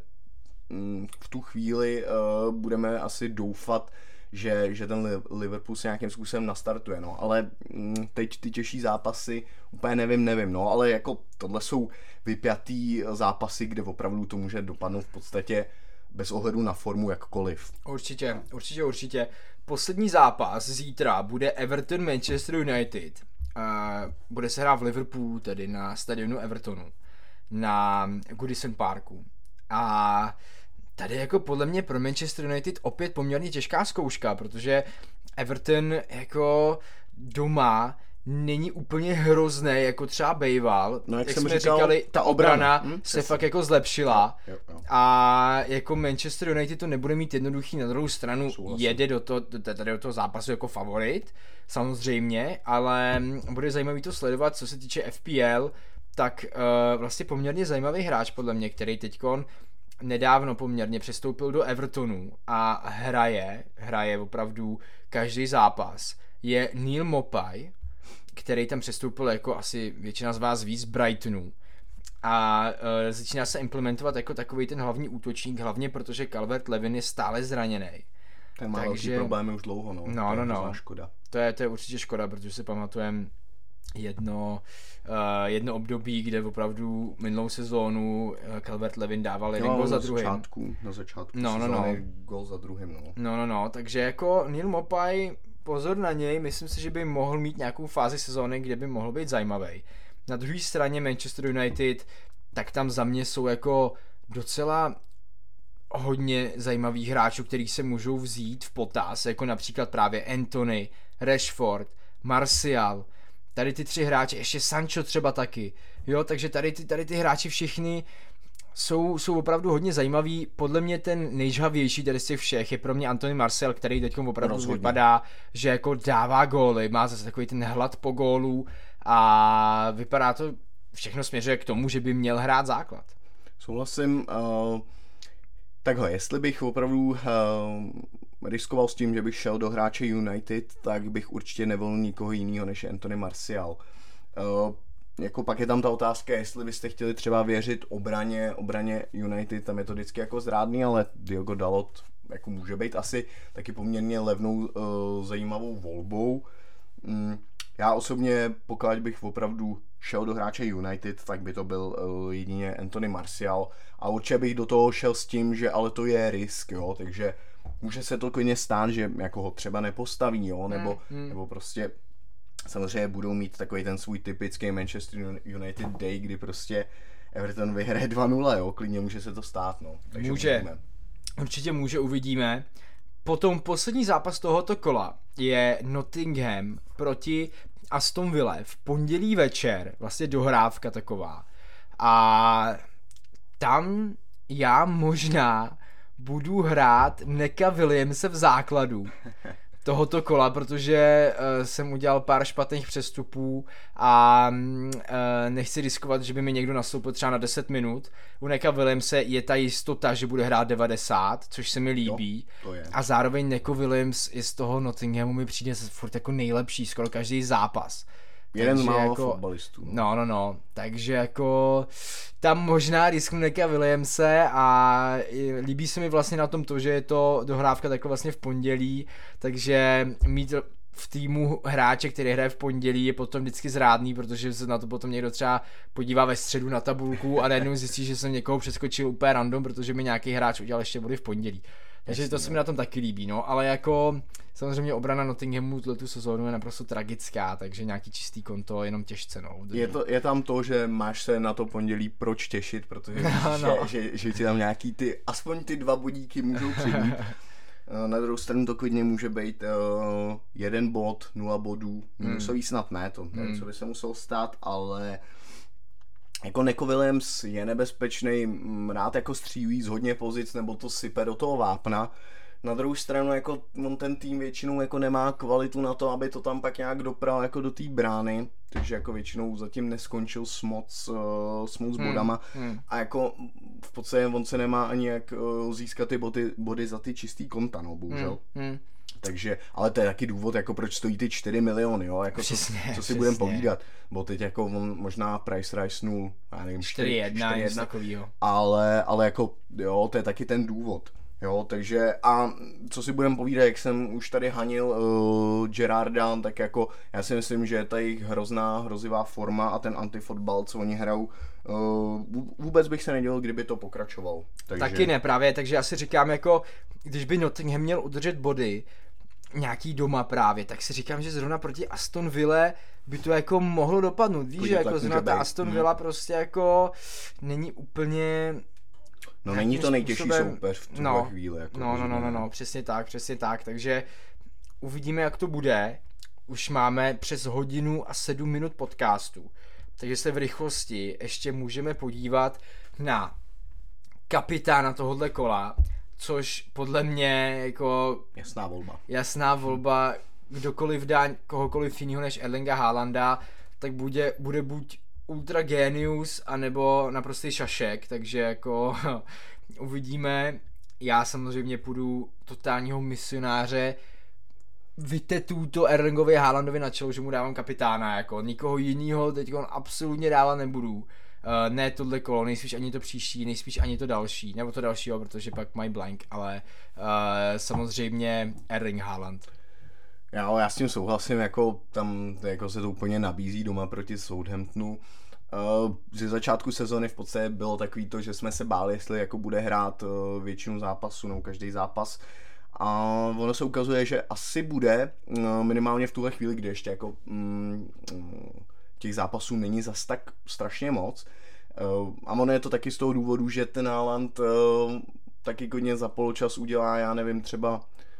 um, v tu chvíli uh, budeme asi doufat, že, že ten Liverpool se nějakým způsobem nastartuje, no, ale um, teď ty těžší zápasy, úplně nevím, nevím, no, ale jako tohle jsou vypjatý zápasy, kde opravdu to může dopadnout v podstatě bez ohledu na formu jakkoliv. Určitě, určitě, určitě. Poslední zápas zítra bude Everton Manchester United. Uh, bude se hrát v Liverpoolu, tedy na stadionu Evertonu, na Goodison Parku. A tady jako podle mě pro Manchester United opět poměrně těžká zkouška, protože Everton jako doma není úplně hrozné, jako třeba bejval. No, jak, jak jsem jsme říkal, říkali, ta obrana hm, se přesně. fakt jako zlepšila. Jo, jo. A jako Manchester United to nebude mít jednoduchý, na druhou stranu Souhlasím. jede do, to, tady do toho zápasu jako favorit, samozřejmě, ale bude zajímavý to sledovat, co se týče F P L, tak uh, vlastně poměrně zajímavý hráč podle mě, který teďkon nedávno poměrně přestoupil do Evertonu a hraje, hraje opravdu každý zápas, je Neil Maupay, který tam přestoupil jako asi většina z vás ví z Brightonu a uh, začíná se implementovat jako takový ten hlavní útočník, hlavně protože Calvert-Lewin je stále zraněný. Ten má velký problémy už dlouho, no. No, no, no. Škoda. To je, to je určitě škoda, protože si pamatujeme jedno, uh, jedno období, kde opravdu minulou sezónu uh, Calvert-Lewin dával jeden no, gol za na druhým. Začátku, na začátku no, no, no. gol za druhým, no. No, no, no, takže jako Neil Maupay, pozor na něj, myslím si, že by mohl mít nějakou fázi sezóny, kde by mohl být zajímavý. Na druhé straně Manchester United, tak tam za mě jsou jako docela hodně zajímavých hráčů, který se můžou vzít v potaz, jako například právě Antony, Rashford, Martial, tady ty tři hráči, ještě Sancho třeba taky, jo, takže tady ty, tady ty hráči všichni jsou, jsou opravdu hodně zajímaví. Podle mě ten nejžhavější tady z těch všech je pro mě Anthony Martial, který teď opravdu Rozhodně. vypadá, že jako dává góly, má zase takový ten hlad po gólu a vypadá to, všechno směřuje k tomu, že by měl hrát základ. Souhlasím. Uh, takhle, jestli bych opravdu uh, riskoval s tím, že bych šel do hráče United, tak bych určitě nevolil nikoho jiného než Anthony Martial. Uh, Jako pak je tam ta otázka, jestli byste chtěli třeba věřit obraně, obraně United, tam je to vždycky jako zrádný, ale Diogo Dalot jako může být asi taky poměrně levnou, uh, zajímavou volbou. Mm, Já osobně, pokud bych opravdu šel do hráče United, tak by to byl uh, jedině Anthony Martial a určitě bych do toho šel s tím, že ale to je risk, jo, takže může se to klidně stát, že jako ho třeba nepostaví, jo, nebo, mm. nebo prostě samozřejmě budou mít takový ten svůj typický Manchester United day, kdy prostě Everton vyhraje dva nula, jo, klidně může se to stát, no. Takže může, uvidíme. Určitě může, uvidíme. Potom poslední zápas tohoto kola je Nottingham proti Aston Villa v pondělí večer, vlastně dohrávka taková. A tam já možná budu hrát Neka Williamse v základu tohoto kola, protože uh, jsem udělal pár špatných přestupů a uh, nechci riskovat, že by mi někdo nastoupil třeba na deset minut. U Neka Williamse je ta jistota, že bude hrát devadesát, což se mi líbí. Jo, to je. A zároveň Neko Williams je z toho Nottinghamu mi přijde furt jako nejlepší, skoro každý zápas. Jeden z málo jako, fotbalistů. No, no, no. Takže jako tam možná risknu Neka Williamse a líbí se mi vlastně na tom to, že je to dohrávka takhle vlastně v pondělí, takže mít v týmu hráče, který hraje v pondělí, je potom vždycky zrádný, protože se na to potom někdo třeba podívá ve středu na tabulku a najednou zjistí, že jsem někoho přeskočil úplně random, protože mi nějaký hráč udělal ještě body v pondělí. Takže Jasně, to se mi na tom taky líbí, no, ale jako samozřejmě obrana Nottinghamu tu sezónu je naprosto tragická, takže nějaký čistý konto jenom těžce, no. Je, to, je tam to, že máš se na to pondělí proč těšit, protože víš, no, no. Že, že, že ti tam nějaký ty, aspoň ty dva bodíky můžou přijít. Na druhou stranu to klidně může být uh, jeden bod, nula bodů, minusový hmm. snad ne, to nevím, hmm. co by se muselo stát, ale jako Neko Williams je nebezpečný, rád jako střílí z hodně pozic, nebo to sype do toho vápna. Na druhou stranu jako on ten tým většinou jako nemá kvalitu na to, aby to tam pak nějak dopral jako do té brány, takže jako většinou zatím neskončil s moc, uh, s moc hmm. bodama hmm. a jako v podstatě on se nemá ani jak uh, získat ty body, body za ty čistý konta, no bohužel. Hmm. Hmm. Takže, ale to je taky důvod, jako proč stojí ty čtyři miliony, jo, jako přesně, co, co si budeme povídat, bo teď jako on možná price risnul, já nevím, čtyři jedna, něco takovýho. Ale, ale jako, jo, to je taky ten důvod. Jo, takže a co si budeme povídat, jak jsem už tady hanil uh, Gerarda, tak jako já si myslím, že je ta jejich hrozná, hrozivá forma a ten antifotbal, co oni hrajou, uh, vůbec bych se nedělal, kdyby to pokračoval. Takže... Taky ne právě, takže já si říkám jako, když by Nottingham měl udržet body, nějaký doma právě, tak si říkám, že zrovna proti Aston Ville by to jako mohlo dopadnout, víš, že jako zrovna ta Aston Villa hmm. prostě jako není úplně... No není to nejtěžší způsobem... soupeř v tuhle no, chvíli. Jako no, no, no, no, no, přesně tak, přesně tak, takže uvidíme, jak to bude. Už máme přes hodinu a sedm minut podcastu, takže se v rychlosti ještě můžeme podívat na kapitána tohohle kola, což podle mě jako... Jasná volba. Jasná volba, kdokoliv dá kohokoliv jiného než Erlinga Haalanda, tak bude, bude buď ultra genius, anebo naprostý šašek, takže jako uvidíme. Já samozřejmě půjdu totálního misionáře, vytetu to Erlingovi Haalandovi na čelo, že mu dávám kapitána, jako nikoho jinýho teď on absolutně dávat nebudu. Uh, ne tohle kolo, nejspíš ani to příští, nejspíš ani to další, nebo to dalšího, protože pak mají blank, ale uh, samozřejmě Erling Haaland. Já, já s tím souhlasím, jako tam jako se to úplně nabízí doma proti Southamptonu. Uh, ze začátku sezony v podstatě bylo takový to, že jsme se báli, jestli jako bude hrát uh, většinu zápasů, no každý zápas. A ono se ukazuje, že asi bude, uh, minimálně v tuhle chvíli, kdy ještě jako um, těch zápasů není zas tak strašně moc. Uh, a ono je to taky z toho důvodu, že ten Haaland uh, taky hodně za poločas udělá, já nevím, třeba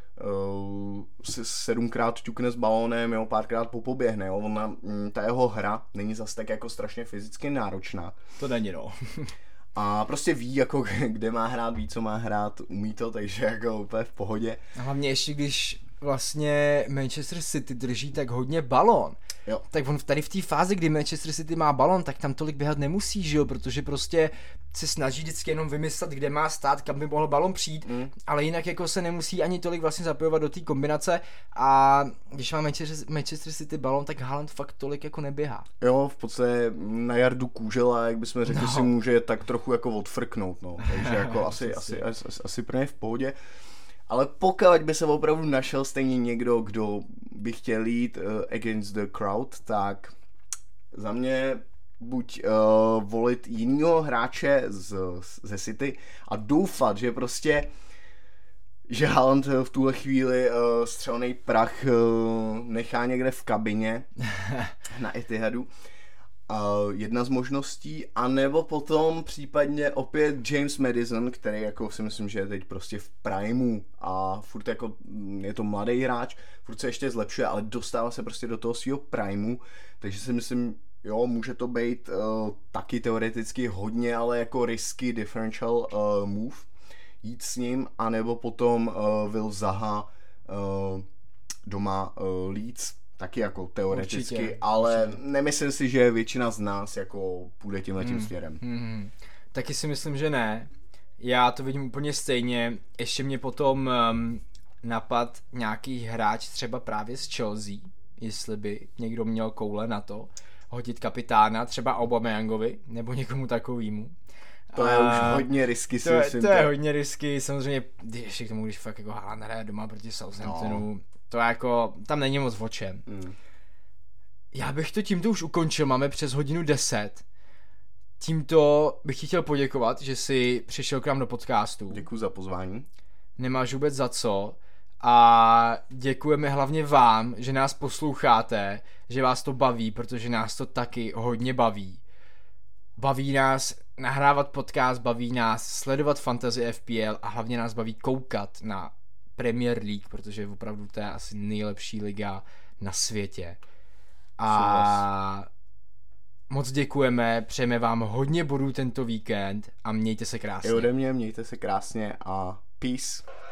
Uh, sedmkrát ťukne s balónem, jo, párkrát popoběhne, jo, ona, ta jeho hra není zas tak jako strašně fyzicky náročná. To není, no. A prostě ví, jako kde má hrát, ví, co má hrát, umí to, takže jako úplně v pohodě. A hlavně ještě, když vlastně Manchester City drží tak hodně balón, jo. Tak on tady v té fázi, kdy Manchester City má balón, tak tam tolik běhat nemusí, že jo, protože prostě se snaží vždycky jenom vymyslet, kde má stát, kam by mohl balón přijít, mm. ale jinak jako se nemusí ani tolik vlastně zapojovat do té kombinace a když má Manchester, Manchester City balón, tak Haaland fakt tolik jako neběhá. Jo, v podstatě na jardu kůžela, jak bychom řekli, no. Si může tak trochu jako odfrknout, no, takže jako asi, asi, asi, asi pro ně v pohodě. Ale pokud by se opravdu našel stejně někdo, kdo by chtěl jít uh, against the crowd, tak za mě buď uh, volit jinýho hráče z, ze City a doufat, že prostě že Haaland v tuhle chvíli uh, střelný prach uh, nechá někde v kabině na Etihadu. Uh, jedna z možností, anebo potom případně opět James Maddison, který jako si myslím, že je teď prostě v primeu a furt jako je to mladý hráč, furt se ještě zlepšuje, ale dostává se prostě do toho svého primeu, takže si myslím, jo, může to být uh, taky teoreticky hodně, ale jako risky differential uh, move, jít s ním, anebo potom uh, Will Zaha uh, doma uh, Leeds, taky jako teoreticky, určitě, ale určitě. Nemyslím si, že většina z nás jako půjde tímhletím hmm. směrem. Hmm. Taky si myslím, že ne. Já to vidím úplně stejně. Ještě mě potom um, napad nějaký hráč třeba právě z Chelsea, jestli by někdo měl koule na to, hodit kapitána, třeba Aubameyangovi, nebo někomu takovýmu. To je a už hodně risky, si to, myslím. To je hodně risky, samozřejmě, ještě k tomu, když fakt jako Haaland hraje doma proti Southamptonu, no. To jako, tam není moc o čem. Mm. Já bych to tímto už ukončil, máme přes hodinu deset. Tímto bych ti chtěl poděkovat, že jsi přišel k nám do podcastu. Děkuji za pozvání. Nemáš vůbec za co. A děkujeme hlavně vám, že nás posloucháte, že vás to baví, protože nás to taky hodně baví. Baví nás nahrávat podcast, baví nás sledovat fantasy F P L a hlavně nás baví koukat na Premier League, protože opravdu to je asi nejlepší liga na světě. A moc děkujeme, přejeme vám hodně bodů tento víkend a mějte se krásně. I ode mě, mějte se krásně a peace.